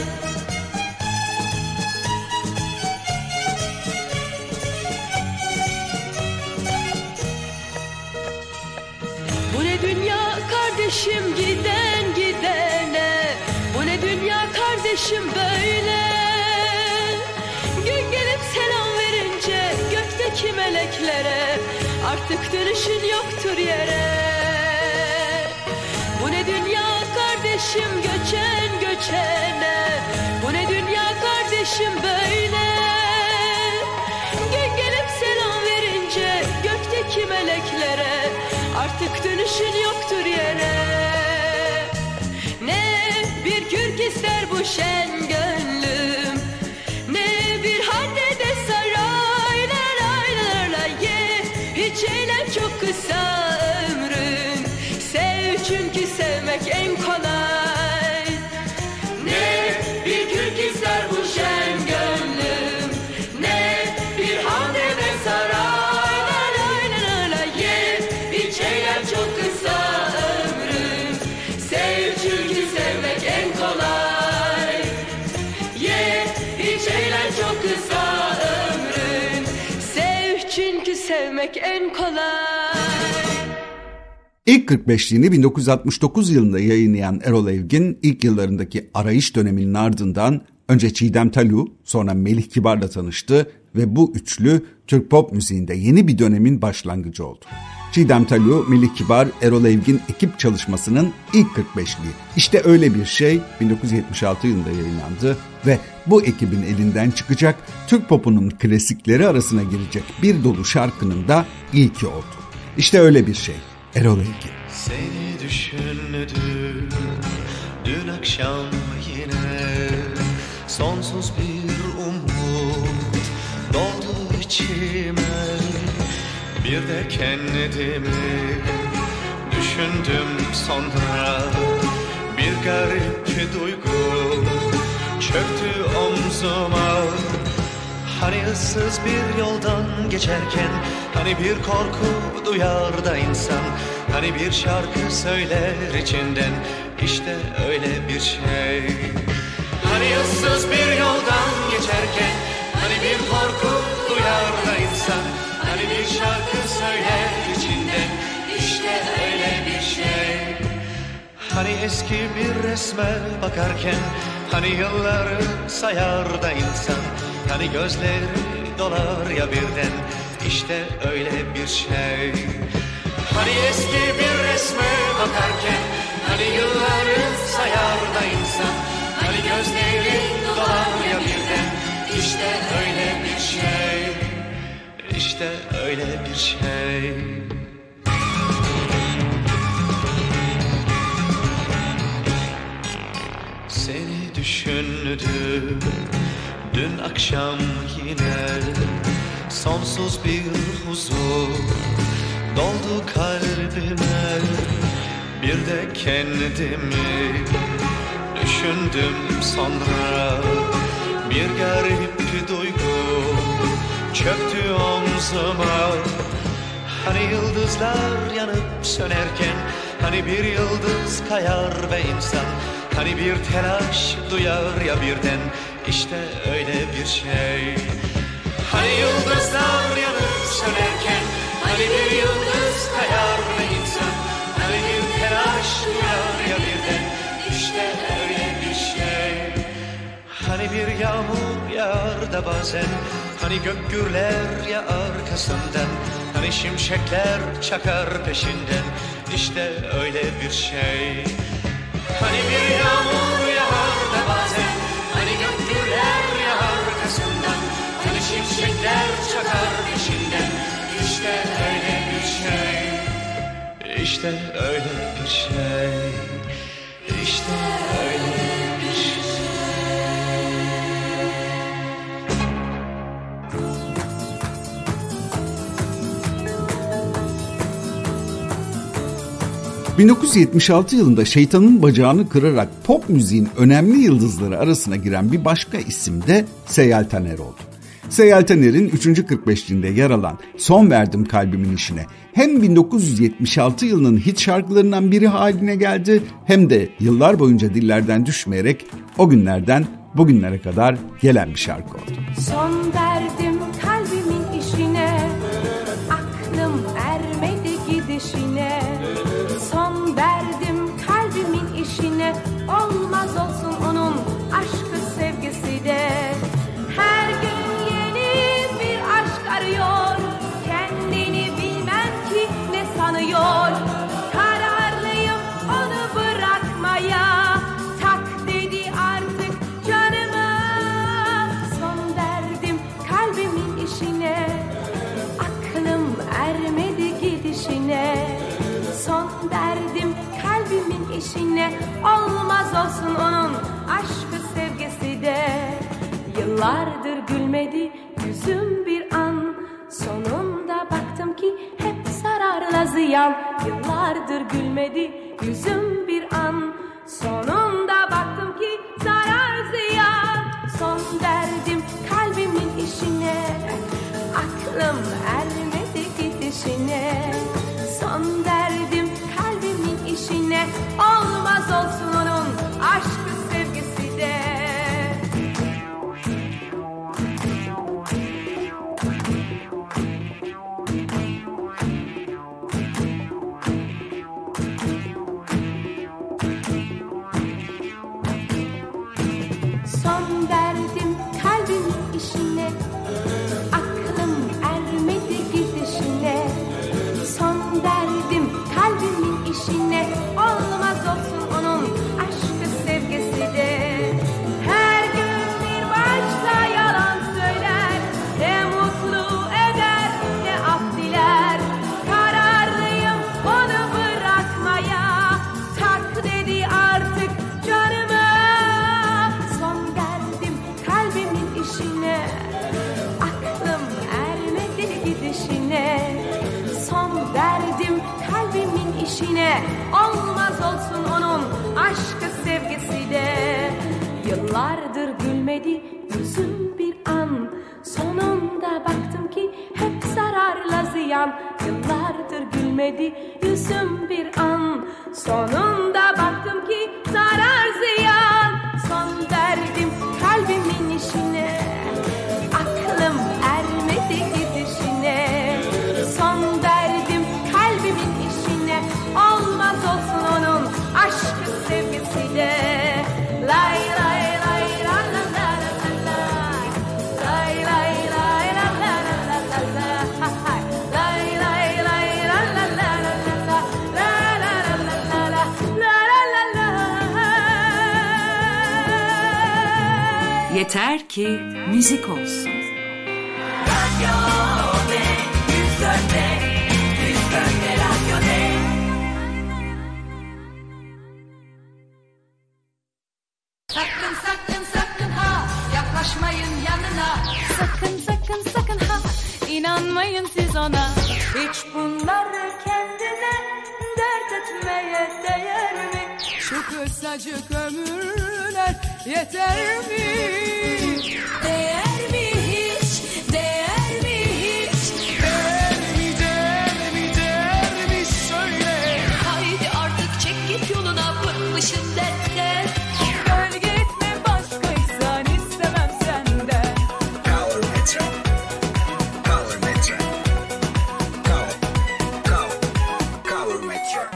Bu ne dünya kardeşim giden gidene, bu ne dünya kardeşim böyle. Gün gelip selam verince gökteki meleklere, artık dönüşün yoktur yere. Bu ne dünya kardeşim göçen göçene, bu ne dünya kardeşim böyle. Gün gelip selam verince gökteki meleklere, artık dönüşün yoktur yere. Ne bir kürk ister bu şen gönlüm, ne bir hanne de saray. Ye hiç eğlen, çok kısa ömrün, sev çünkü sevmek en kolay. Ne bir kürk ister bu şen gönlüm, ne bir hanne de saray. Ye hiç eğlen, çok kısa ömrün, sev çünkü sevmek en kolay. Ye hiç eğlen, çok kısa ömrün, sev çünkü sevmek en kolay. İlk 45'liğini 1969 yılında yayınlayan Erol Evgin, ilk yıllarındaki arayış döneminin ardından önce Çiğdem Talu, sonra Melih Kibar'la tanıştı ve bu üçlü Türk pop müziğinde yeni bir dönemin başlangıcı oldu. Çiğdem Talu, Melih Kibar, Erol Evgin ekip çalışmasının ilk 45'liği. İşte öyle bir şey 1976 yılında yayınlandı ve bu ekibin elinden çıkacak, Türk popunun klasikleri arasına girecek bir dolu şarkının da ilki oldu. İşte öyle bir şey. Erol Evgin. Seni düşündüm dün akşam yine, sonsuz bir umut doldu içime. Bir de kendimi düşündüm sonra, bir garip duygu çöktü omzuma. Hani ıssız bir yoldan geçerken, hani bir korku duyar da insan, hani bir şarkı söyler içinden, işte öyle bir şey. Hani ıssız bir yoldan geçerken, hani bir korku duyar da insan, hani bir şarkı söyler içinden, işte öyle bir şey. Hani eski bir resme bakarken, hani yılları sayar da insan, hani gözleri dolar ya birden, işte öyle bir şey. Hani eski bir resme bakarken, hani yılları sayar da insan, hani gözleri dolar ya birden. İşte öyle bir şey, işte öyle bir şey. Seni düşündüm dün akşam yine, sonsuz bir huzur doldu kalbime. Bir de kendimi düşündüm sonra, bir garip duygu çöktü omzuma. Hani yıldızlar yanıp sönerken, hani bir yıldız kayar ve insan, hani bir telaş duyar ya birden. İşte öyle bir şey. Hani yıldızlar yanıp sönerken, hani bir yıldız kayar ve insan, hani bir telaş duyar ya birden. İşte öyle bir şey. Hani bir yağmur yağar da bazen, hani gök gürler ya arkasından, hani şimşekler çakar peşinden. İşte öyle bir şey. Hani bir yağmur yağar da bazen, hani gök gürler ya arkasından, hani şimşekler çakar peşinden. İşte öyle bir şey. İşte öyle bir şey. İşte öyle bir şey. 1976 yılında Şeytanın Bacağını kırarak pop müziğin önemli yıldızları arasına giren bir başka isim de Seyyal Taner oldu. Seyyal Taner'in 3. 45'liğinde yer alan Son Verdim Kalbimin İşine hem 1976 yılının hit şarkılarından biri haline geldi, hem de yıllar boyunca dillerden düşmeyerek o günlerden bugünlere kadar gelen bir şarkı oldu. Son verdim kalbimin işine, aklım ermedi gidişine. Son verdim kalbimin işine, olmaz olsun onun aşkı sevgisi de. Her gün yeni bir aşk arıyor, kendini bilmem ki ne sanıyor. Kararlıyım onu bırakmaya, tak dedi artık canıma. Son verdim kalbimin işine, aklım ermedi gidişine. Son verdim kalbimin işine, olmaz olsun onun aşkı sevgisi de. Yıllardır gülmedi yüzüm bir an, sonunda baktım ki hep zararla ziyan. Yıllardır gülmedi yüzüm bir an, sonunda baktım ki zarar ziyan. Son verdim kalbimin işine, aklım ermedi gidişine. Son verdim kalbimin işine, olmaz olsun onun aşkı sevgisi de. Son verdim kalbimin işine, aklım ermedi gidişine. Son verdim kalbimin işine, olmaz olsun onun aşkı sevgisi de. Her gün bir başka yalan söyler, ne mutlu eder ne af diler. Kararlıyım onu bırakmaya, tak dedi artık canıma. Son verdim kalbimin işine, aklım ermedi gidişine. Son verdim kalbimin işine, olmaz olsun onun aşkı sevgisi de. Yıllardır gülmedi yüzüm bir an, sonunda baktım ki hep zararla ziyan. Yıllardır gülmedi yüzüm bir an, sonunda baktım ki zarar ziyan. Son verdim kalbimin işine, aklım ermedi gidişine. Son verdim kalbimin işine, olmaz olsun onun aşkı sevgisi de. Lay lay lay la la la la la, lay lay lay la la la la la, lay lay lay la la la la la. Yeter ki müzik olsun. Sakın sakın sakın ha, yaklaşmayın yanına. Sakın sakın sakın ha, inanmayın siz ona. Hiç bunları kendine dert etmeye değer mi? Şu kısacık ömürler yeter mi? Değer mi hiç, değer mi hiç? Değer mi, değer mi, değer mi söyle. Haydi artık çek git yoluna, bıkmışım dertten. Gel gitme başkaysan istemem senden. Color Metro, Color Metro, Color Metro.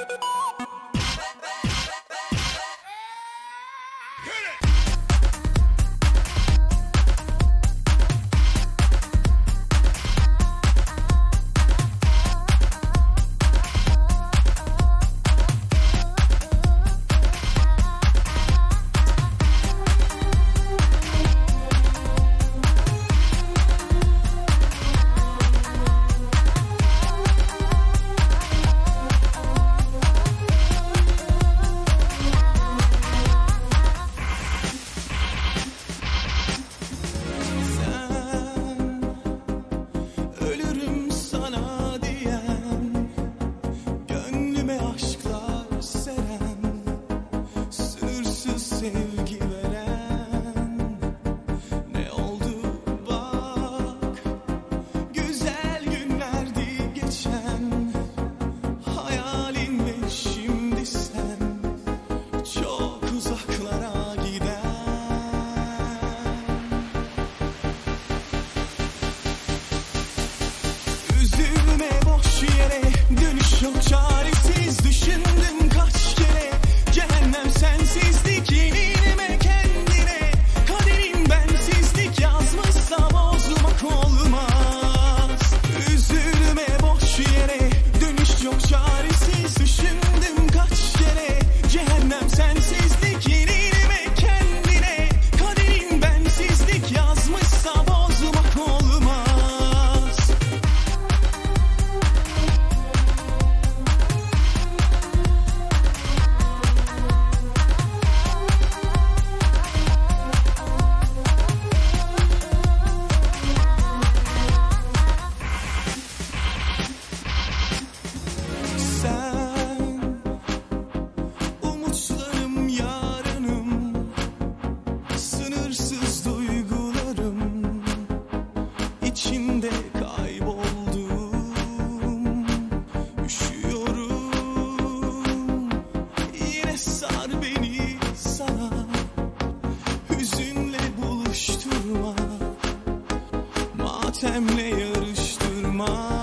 Ölürüm sana diyen, gönlüme aşklar seren, sınırsız sevgi veren. Ne oldu bak, güzel günlerdi geçen, hayalin ve şimdi sen, çok uzaklara giden. Üzülme boş yere, dönüş yok çaresiz. Düşündüm kaç kere, cehennem sensizlik. Yenilme kendine, kaderin bensizlik. Yazmışsa bozmak olmaz. Üzülme boş yere, dönüş yok çaresiz. Düşündüm kaç kere, cehennem sensizlik. Yenilme kendine, kaderin bensizlik. Yazmışsa bozmak olmaz. Sen umutlarım, yarınım, sınırsız duygularım, içinde kayboldum, üşüyorum. Yine sar beni sana, hüzünle buluşturma, matemle yarıştırma.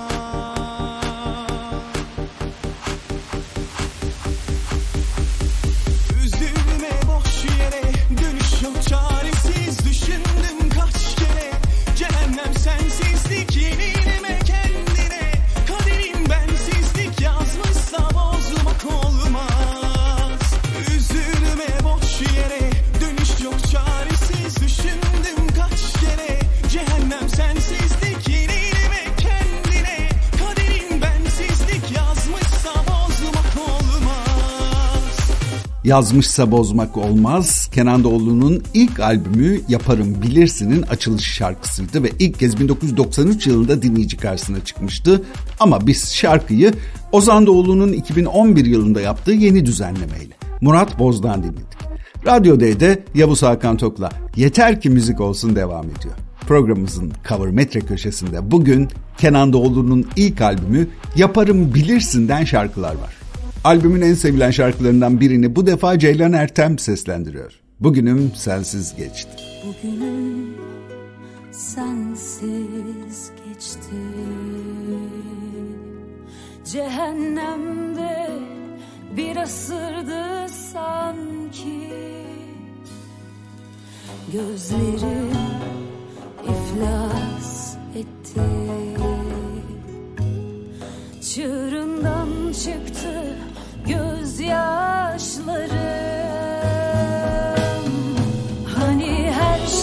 Üzülme boş yere, dönüş yok çaresiz. Düşündüm kaç kere, cehennem sensizlik. Yenilme kendine, kaderin bensizlik. Yazmışsa bozmak olmaz. Üzülme boş yere, dönüş yok çaresiz. Düşündüm kaç kere, cehennem sensizlik. Yenilme kendine, kaderin bensizlik. Yazmışsa bozmak olmaz. Yazmışsa bozmak olmaz. Kenan Doğulu'nun ilk albümü Yaparım Bilirsin'in açılış şarkısıydı ve ilk kez 1993 yılında dinleyici karşısına çıkmıştı. Ama biz şarkıyı Ozan Doğulu'nun 2011 yılında yaptığı yeni düzenlemeyle Murat Boz'dan dinledik. Radyo D'de Yavuz Hakan Tok'la Yeter ki Müzik Olsun devam ediyor. Programımızın Cover Metre köşesinde bugün Kenan Doğulu'nun ilk albümü Yaparım Bilirsin'den şarkılar var. Albümün en sevilen şarkılarından birini bu defa Ceylan Ertem seslendiriyor. Bugünüm sensiz geçti. Bugünüm sensiz geçti. Cehennemde bir asırdı sanki. Gözlerim iflas etti. Çığırından çıktı gözyaşlarım. Hani her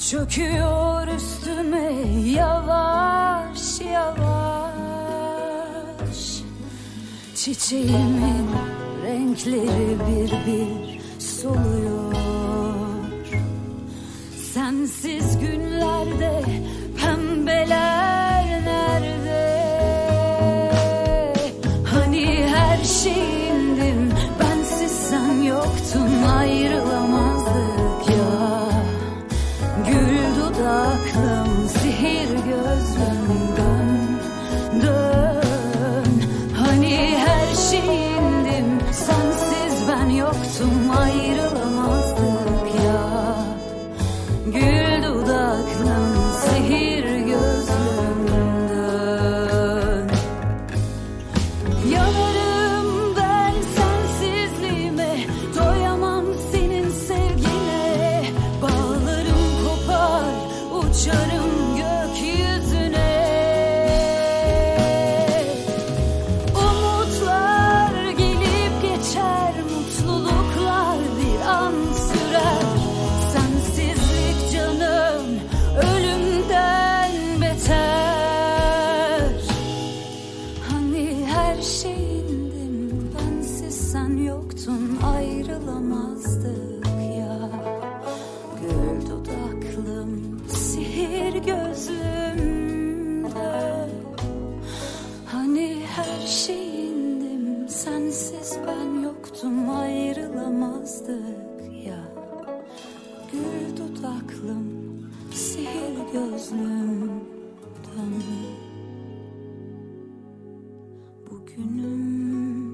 Çöküyor üstüme yavaş yavaş. Çiçeğimin renkleri bir bir soluyor. Sensiz günlerde pembeler nerede? Hani her şeyindim, bensiz sen yoktun, ayrılamazdık ya. Gül dudaklım, sihir gözlüm, dön, dön. Hani her şeyindim, sensiz ben yoktum, ayrılamazdık ya. Gül dudaklım, sihir gözlüm, dön. Yanarım ben sensizliğime, doyamam senin sevgine. Bağlarım kopar, uçarım gökyüzüne. Umutlar gelip geçer, mutluluklar bir an sürer. Sensizlik canım ölümden beter. Hani her şeyindim, bensiz sen yoktun, ayrılamazdık ya. Gül dudaklım, sihir gözlümde. Hani her şeyindim, sensiz ben yoktum, ayrılamazdık ya. Gül dudaklım, sihir gözlüm, dön. Bugünüm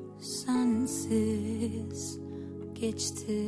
sensiz geçti.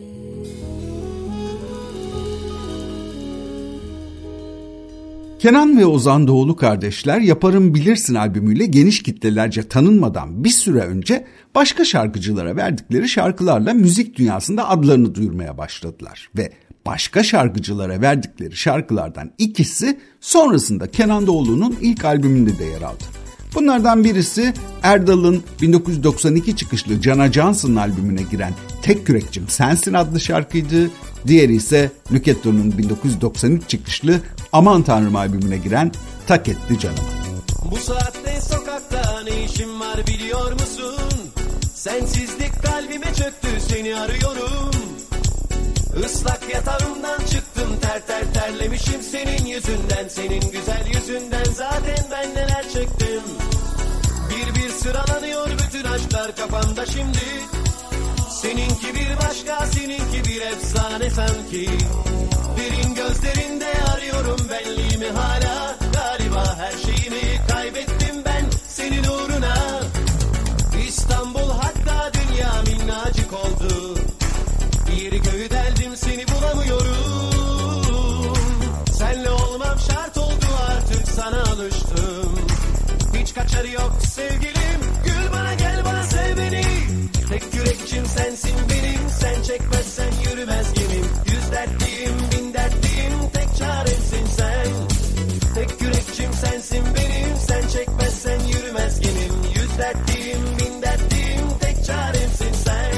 Kenan ve Ozan Doğulu kardeşler Yaparım Bilirsin albümüyle geniş kitlelerce tanınmadan bir süre önce başka şarkıcılara verdikleri şarkılarla müzik dünyasında adlarını duyurmaya başladılar. Ve başka şarkıcılara verdikleri şarkılardan ikisi sonrasında Kenan Doğulu'nun ilk albümünde de yer aldı. Bunlardan birisi Erdal'ın 1992 çıkışlı Cana Johnson'ın albümüne giren Tek Kürekçim Sensin adlı şarkıydı. Diğeri ise Nüketto'nun 1993 çıkışlı Aman Tanrım albümüne giren Tak Etti Canıma. Bu saatte sokakta ne işim var biliyor musun? Sensizlik kalbime çöktü, seni arıyorum. Islak yatağımdan çıktım, terlemişim senin yüzünden. Senin güzel yüzünden zaten ben neler çektim. Bir sıralanıyor bütün aşklar kafamda şimdi. Seninki bir başka, seninki bir efsane sanki. Derin gözlerinde arıyorum benliğimi hala. Galiba her şeyimi kaybettim ben senin uğruna. İstanbul hatta dünya minnacık oldu. Yeri göğü deldim, seni bulamıyorum. Senle olmam şart oldu, artık sana alıştım. Hiç kaçarı yok sevgilim, gül bana gel bana sev beni. Tek yürekçim sensin benim, sen çekmezsen yürümez gemim. Yüz dertliyim bin dertliyim, tek çaremsin sen. Tek yürekçim sensin benim, sen çekmezsen yürümez gemim. Yüz dertliyim bin dertliyim, tek çaremsin sen.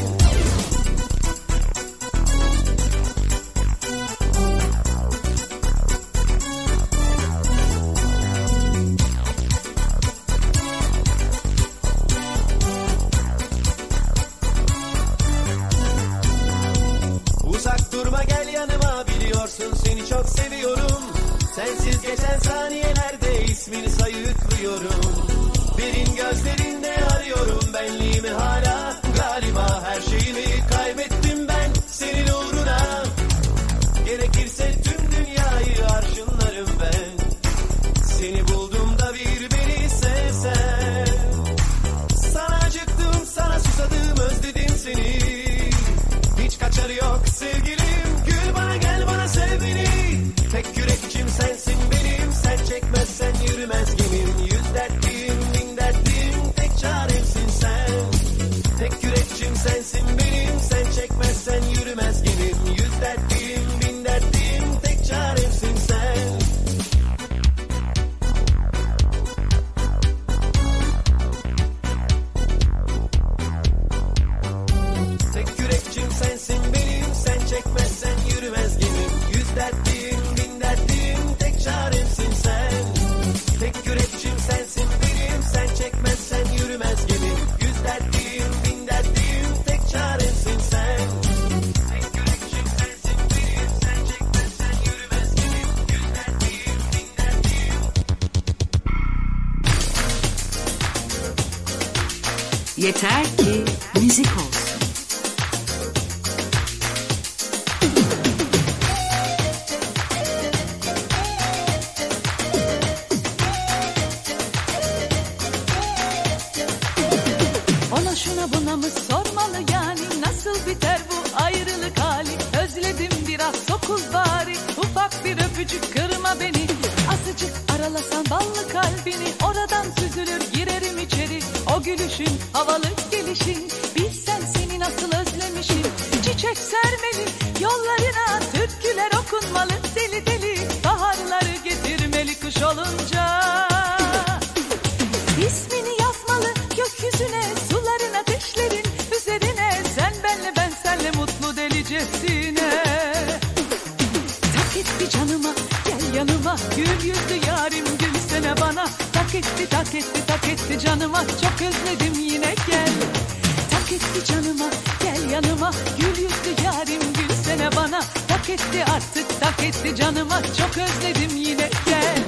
Uzak durma gel yanıma, biliyorsun seni çok seviyorum. Sensiz geçen saniyelerde ismini sayıklıyorum. Derin gözlerinde arıyorum benliğimi hala. Galiba her şeyimi kaybettim ben senin uğruna. Gerekirse tüm dünyayı arşınlarım ben. Seni bulduğumda bir beni sevsen. Sana acıktım, sana susadım, özledim seni. Hiç kaçarı yok sevgilim, gül bana gel bana sev beni. Tek yürekçim sensin benim, sen çekmezsen yürümez gemim. Yüz dertliyim bin dertliyim, tek çaremsin sen. Tek yürekçim sensin benim, sen çekmezsen yürümez gemim. Yüz dertliyim bin dertliyim, tek çaremsin sen. Tek yürekçim sensin benim, sen çekmezsen yürümez gemim. Yüz dertliyim Yeter ki müzik olsun. Ona şuna buna mı sormalı yani, nasıl biter bu ayrılık hali? Özledim biraz sokul bari, ufak bir öpücük kırma beni. Azıcık aralasan ballı kalbini, oradan süzülür girerim içeri. O gülüşün, havalı gelişin, bilsen seni nasıl özlemişim. Çiçek sermeli yollarına, türküler okunmalı deli deli. Baharları getirmeli kış olunca. İsmini yazmalı gökyüzüne, suların ateşlerin üzerine. Sen benle ben senle mutlu delicesine. Tak etti canıma gel yanıma, gül yüzlü yarim gülsene bana. Tak etti tak etti tak etti canıma, çok özledim yine gel. Tak etti canıma gel yanıma, gül yüzlü yarim gülsene bana. Tak etti artık tak etti canıma, çok özledim yine gel.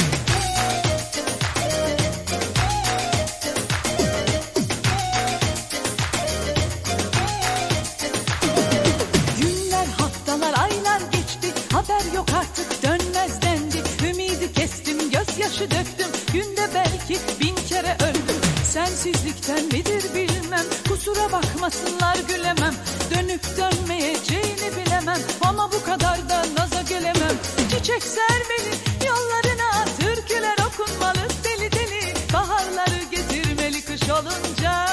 Günler, haftalar, aylar geçti, haber yok artık dönmez dendi. Ümidi kestim, gözyaşı döktüm, günde belki 1000 kere öldüm. Sensizlikten midir bilmem, kusura bakmasınlar gülemem. Dönüp dönmeyeceğini bilemem, ama bu kadar da naza gelemem. Çiçek sermeli yollarına, türküler okunmalı deli deli. Baharları getirmeli kış olunca.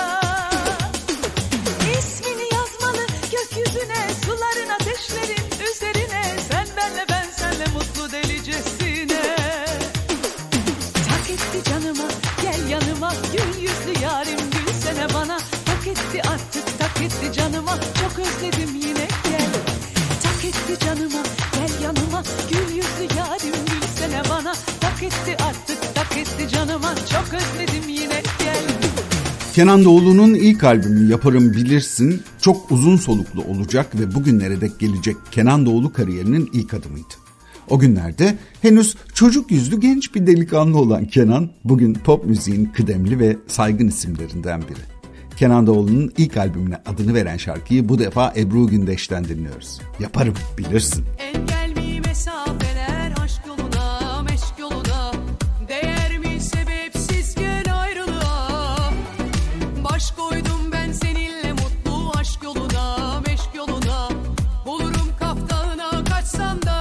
İsmini yazmalı gökyüzüne, suların ateşlerin üzerine. Sen benle ben senle mutlu delicesine. Tak etti canıma gel yanıma, gül yüzlü yarim gülsene bana. Tak etti artık tak etti canıma, çok özledim yine gel. Tak etti canıma gel yanıma, gül yüzlü yarim gülsene bana. Tak etti artık tak etti canıma, çok özledim yine gel. Kenan Doğulu'nun ilk albümü Yaparım Bilirsin çok uzun soluklu olacak ve bugünlere dek gelecek Kenan Doğulu kariyerinin ilk adımıydı. O günlerde henüz çocuk yüzlü genç bir delikanlı olan Kenan, bugün pop müziğin kıdemli ve saygın isimlerinden biri. Kenan Doğulu'nun ilk albümüne adını veren şarkıyı bu defa Ebru Gündeş'ten dinliyoruz. Yaparım Bilirsin. Engel mi mesafeler aşk yoluna, meşk yoluna? Değer mi sebepsiz gel ayrılığa? Baş koydum ben seninle mutlu aşk yoluna, meşk yoluna. Bulurum kaftağına kaçsam da.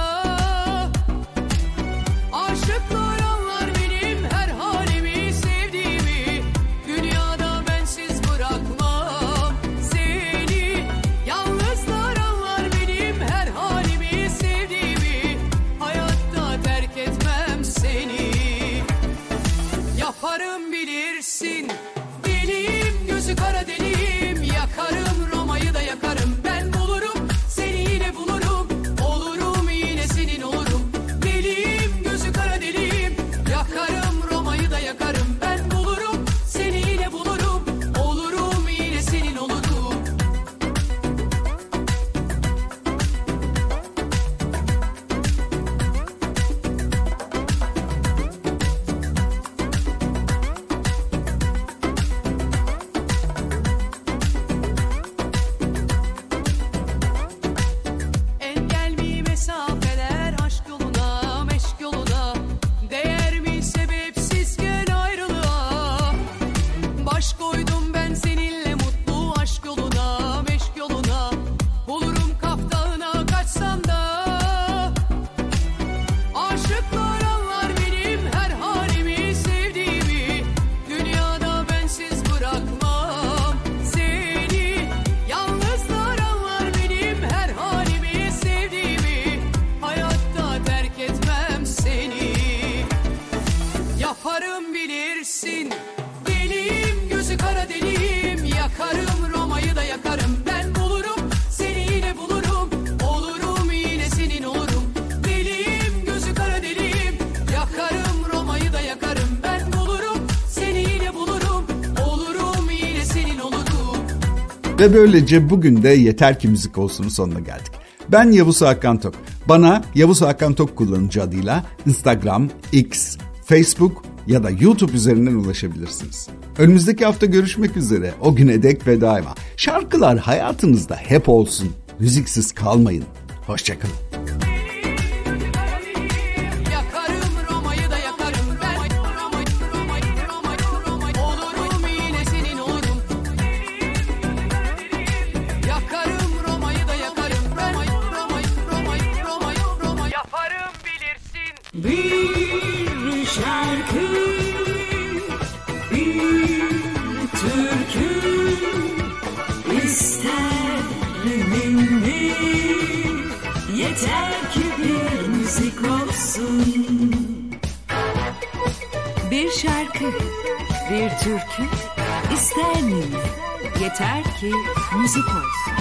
Aşıklar anlar benim her halimi, sevdiğimi. Dünyada bensiz bırakmam seni. Yalnızlar anlar benim her halimi, sevdiğimi. Hayatta terk etmem seni. Yaparım bilirsin, deliyim gözü kara deliyim. Yakarım Roma'yı da yakarım, ben bulurum seni yine bulurum. Olurum yine senin olurum. Deliyim gözü kara deliyim. Yakarım Roma'yı da yakarım, ben bulurum seni yine bulurum. Olurum yine senin olurum. Engel mi mesafeler aşk yoluna, meşk yoluna? Değer mi sebepsiz gel ayrılığa? Baş koydum ben seninle mutlu aşk yoluna, meşk yoluna. Bulurum kaftağına kaçsam da. Aşıklar anlar benim her halimi, sevdiğimi. Dünyada bensiz bırakmam seni. Yalnızlar anlar benim her halimi, sevdiğimi. Hayatta terk etmem seni. Yaparım bilirsin, deliyim gözü kara deliyim. Yakarım Roma'yı da yakarım, ben bulurum seni yine bulurum. Olurum yine senin olurum. Deliyim gözü kara deliyim. Yakarım Roma'yı da yakarım, ben bulurum seni yine bulurum. Olurum yine senin olurum. Ve böylece bugün de Yeter Ki Müzik Olsun'un sonuna geldik. Ben Yavuz Hakan Tok. Bana Yavuz Hakan Tok kullanıcı adıyla Instagram, X, Facebook ya da YouTube üzerinden ulaşabilirsiniz. Önümüzdeki hafta görüşmek üzere. O güne dek ve daima. Şarkılar hayatınızda hep olsun. Müziksiz kalmayın. Hoşçakalın. Bir şarkı, bir türkü isterim mi? Yeter ki bir müzik olsun. Bir şarkı, bir türkü ister miyim? Yeter ki müzik olsun.